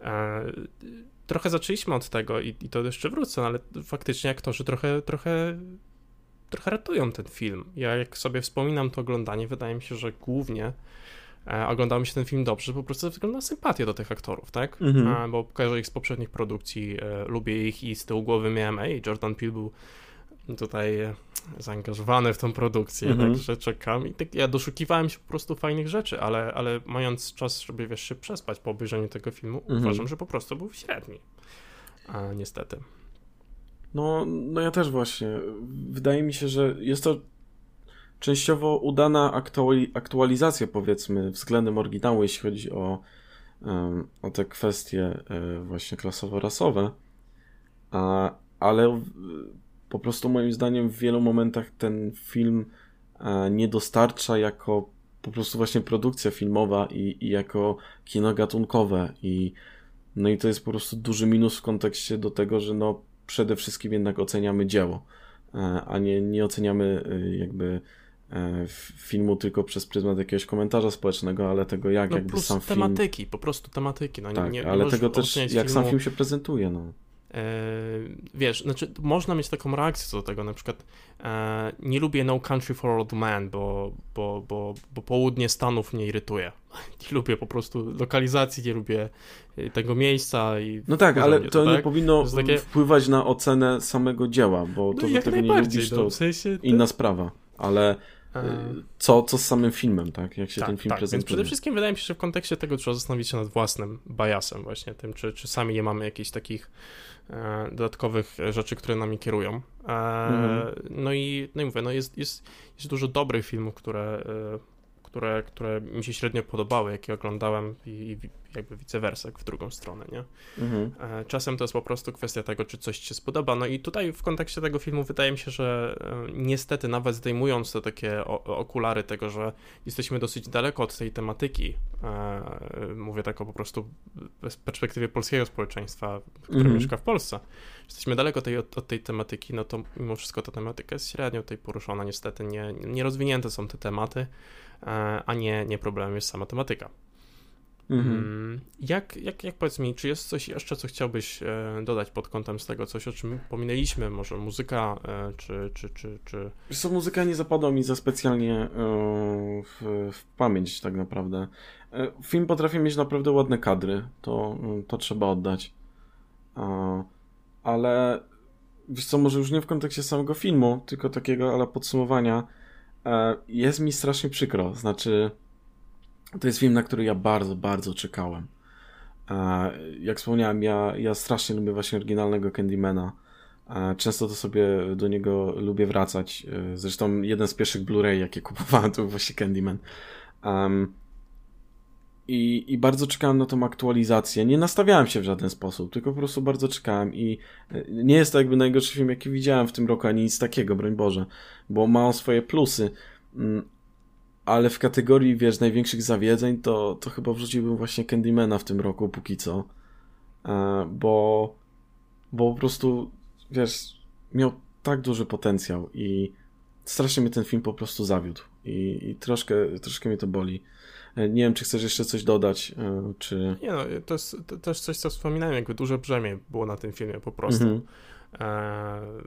S1: Trochę zaczęliśmy od tego i, i to jeszcze wrócę, ale faktycznie aktorzy trochę, trochę trochę ratują ten film. Ja jak sobie wspominam to oglądanie, wydaje mi się, że głównie e, oglądał mi się ten film dobrze, po prostu ze względu na sympatię do tych aktorów, tak? Mm-hmm. E, bo kojarzę ich z poprzednich produkcji, e, lubię ich i z tyłu głowy miałem, ej, Jordan Peele był tutaj e, zaangażowany w tą produkcję, mm-hmm. także czekam i tak, ja doszukiwałem się po prostu fajnych rzeczy, ale, ale mając czas, żeby wiesz, się przespać po obejrzeniu tego filmu, mm-hmm. uważam, że po prostu był średni. A, niestety.
S2: No, no ja też właśnie. Wydaje mi się, że jest to częściowo udana aktuali- aktualizacja, powiedzmy, względem oryginału, jeśli chodzi o, um, o te kwestie um, właśnie klasowo-rasowe, A, ale w, po prostu moim zdaniem w wielu momentach ten film a, nie dostarcza jako po prostu właśnie produkcja filmowa i, i jako kino gatunkowe i no i to jest po prostu duży minus w kontekście do tego, że no przede wszystkim jednak oceniamy dzieło, a nie, nie oceniamy jakby filmu tylko przez pryzmat jakiegoś komentarza społecznego, ale tego jak
S1: no,
S2: jakby
S1: plus
S2: sam film...
S1: tematyki, po prostu tematyki. No,
S2: tak,
S1: nie, nie
S2: ale tego też jak
S1: filmu...
S2: sam film się prezentuje, no.
S1: Wiesz, znaczy można mieć taką reakcję co do tego, na przykład e, nie lubię No Country for Old Men, bo, bo, bo, bo południe Stanów mnie irytuje. Nie lubię po prostu lokalizacji, nie lubię tego miejsca. I
S2: no tak, ale to, to
S1: tak?
S2: nie powinno to takie... wpływać na ocenę samego dzieła, bo to,
S1: no,
S2: że tego nie lubisz, to no, w sensie inna te... sprawa, ale co, co z samym filmem, tak? Jak się
S1: tak,
S2: ten film
S1: tak.
S2: prezentuje.
S1: Więc przede wszystkim wydaje mi się, że w kontekście tego trzeba zastanowić się nad własnym biasem właśnie, tym, czy, czy sami nie mamy jakichś takich e, dodatkowych rzeczy, które nami kierują. E, mhm. No i no i mówię, no jest, jest, jest dużo dobrych filmów, które, e, które, które mi się średnio podobały, jakie oglądałem i, i jakby vice versa, w drugą stronę, nie? Mhm. E, czasem to jest po prostu kwestia tego, czy coś ci się spodoba. No i tutaj w kontekście tego filmu wydaje mi się, że e, niestety nawet zdejmując te takie o, okulary tego, że jesteśmy dosyć daleko od tej tematyki, e, mówię tak o po prostu z perspektywy polskiego społeczeństwa, które mhm. mieszka w Polsce, jesteśmy daleko tej, od, od tej tematyki, no to mimo wszystko ta tematyka jest średnio tutaj poruszona, niestety nie, nie rozwinięte są te tematy, e, a nie, nie problemem jest sama tematyka. Mhm. Jak, jak, jak powiedz mi, czy jest coś jeszcze, co chciałbyś e, dodać pod kątem z tego, coś o czym pominęliśmy, może muzyka, e, czy, czy, czy, czy...
S2: Wiesz co, muzyka nie zapadła mi za specjalnie e, w, w pamięć tak naprawdę. E, film potrafi mieć naprawdę ładne kadry, to, to trzeba oddać. E, ale wiesz co, może już nie w kontekście samego filmu, tylko takiego ale podsumowania, e, jest mi strasznie przykro, znaczy... To jest film, na który ja bardzo, bardzo czekałem. Jak wspomniałem, ja, ja strasznie lubię właśnie oryginalnego Candymana. Często to sobie do niego lubię wracać. Zresztą jeden z pierwszych Blu-ray, jakie kupowałem, to był właśnie Candyman. Um, i, I bardzo czekałem na tą aktualizację. Nie nastawiałem się w żaden sposób, tylko po prostu bardzo czekałem. I nie jest to jakby najgorszy film, jaki widziałem w tym roku, ani nic takiego, broń Boże. Bo ma on swoje plusy. Ale w kategorii, wiesz, największych zawiedzeń, to, to chyba wrzuciłbym właśnie Candymana w tym roku, póki co. E, bo, bo po prostu, wiesz, miał tak duży potencjał i strasznie mnie ten film po prostu zawiódł i, i troszkę, troszkę mnie to boli. Nie wiem, czy chcesz jeszcze coś dodać, czy...
S1: Nie no, to jest to też coś, co wspominałem, jakby duże brzemię było na tym filmie po prostu. Mhm. E...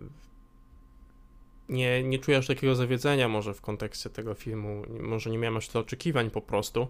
S1: Nie, nie czuję aż takiego zawiedzenia może w kontekście tego filmu, może nie miałem aż tyle oczekiwań po prostu,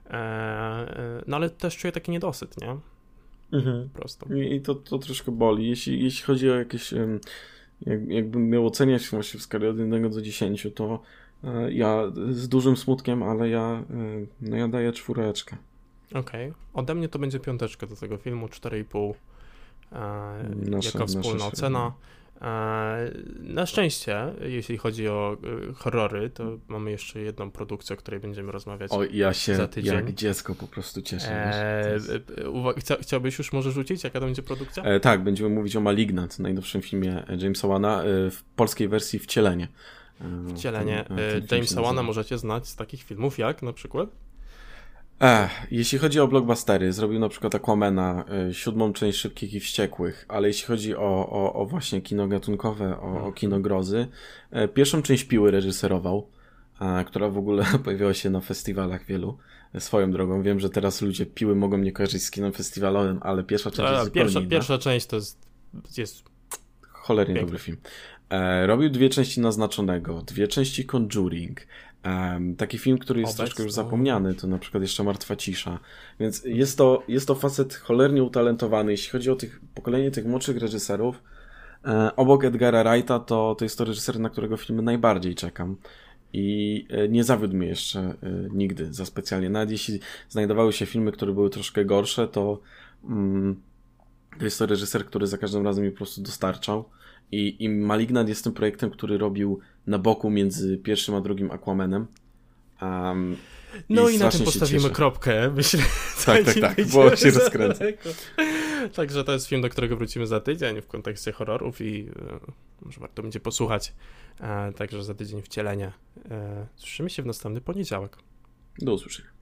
S1: e... no ale też czuję taki niedosyt, nie?
S2: Mhm. Po prostu. I, i to, to troszkę boli. Jeśli, jeśli chodzi o jakieś... Jak, jakbym miał oceniać właśnie w skali od jednego do dziesięciu, to ja z dużym smutkiem, ale ja, no ja daję czwóreczkę.
S1: Okej. Okay. Ode mnie to będzie piąteczka do tego filmu, cztery i pół e, nasze, jako wspólna ocena. E, na szczęście, jeśli chodzi o e, horrory, to mamy jeszcze jedną produkcję, o której będziemy rozmawiać
S2: o, ja się
S1: za tydzień.
S2: Jak dziecko po prostu cieszę.
S1: E, jest... Chcia, chciałbyś już może rzucić, jaka to będzie produkcja?
S2: E, tak, będziemy mówić o Malignant, najnowszym filmie Jamesa Wana, e, w polskiej wersji Wcielenie.
S1: Wcielenie. Ten, ten Jamesa Wana możecie znać z takich filmów jak na przykład?
S2: Ech, jeśli chodzi o blockbustery, zrobił na przykład Aquamana, y, siódmą część Szybkich i Wściekłych, ale jeśli chodzi o, o, o właśnie kino gatunkowe, o, o kino grozy, y, pierwszą część Piły reżyserował, y, która w ogóle pojawiła się na festiwalach wielu. Swoją drogą, wiem, że teraz ludzie Piły mogą mnie kojarzyć z kinem festiwalowym, ale pierwsza część
S1: A,
S2: jest
S1: pierwsza, pierwsza część to jest, jest...
S2: cholernie piękny. Dobry film. E, robił dwie części Naznaczonego, dwie części Conjuring. Um, taki film, który jest Obecno. troszkę już zapomniany, to na przykład jeszcze Martwa Cisza. Więc jest to, jest to facet cholernie utalentowany. Jeśli chodzi o tych, pokolenie tych młodszych reżyserów, e, obok Edgara Wrighta, to, to jest to reżyser, na którego filmy najbardziej czekam. I e, nie zawiódł mnie jeszcze e, nigdy za specjalnie. Nawet jeśli znajdowały się filmy, które były troszkę gorsze, to mm, to jest to reżyser, który za każdym razem mi po prostu dostarczał. I, i Malignant jest tym projektem, który robił na boku między pierwszym a drugim Aquamanem. Um,
S1: no i, i na tym postawimy kropkę. Myślę,
S2: tak, tak, tak, bo się rozkręca.
S1: Także to jest film, do którego wrócimy za tydzień w kontekście horrorów i e, może warto będzie posłuchać. E, także za tydzień Wcielenie. E, słyszymy się w następny poniedziałek.
S2: Do usłyszenia.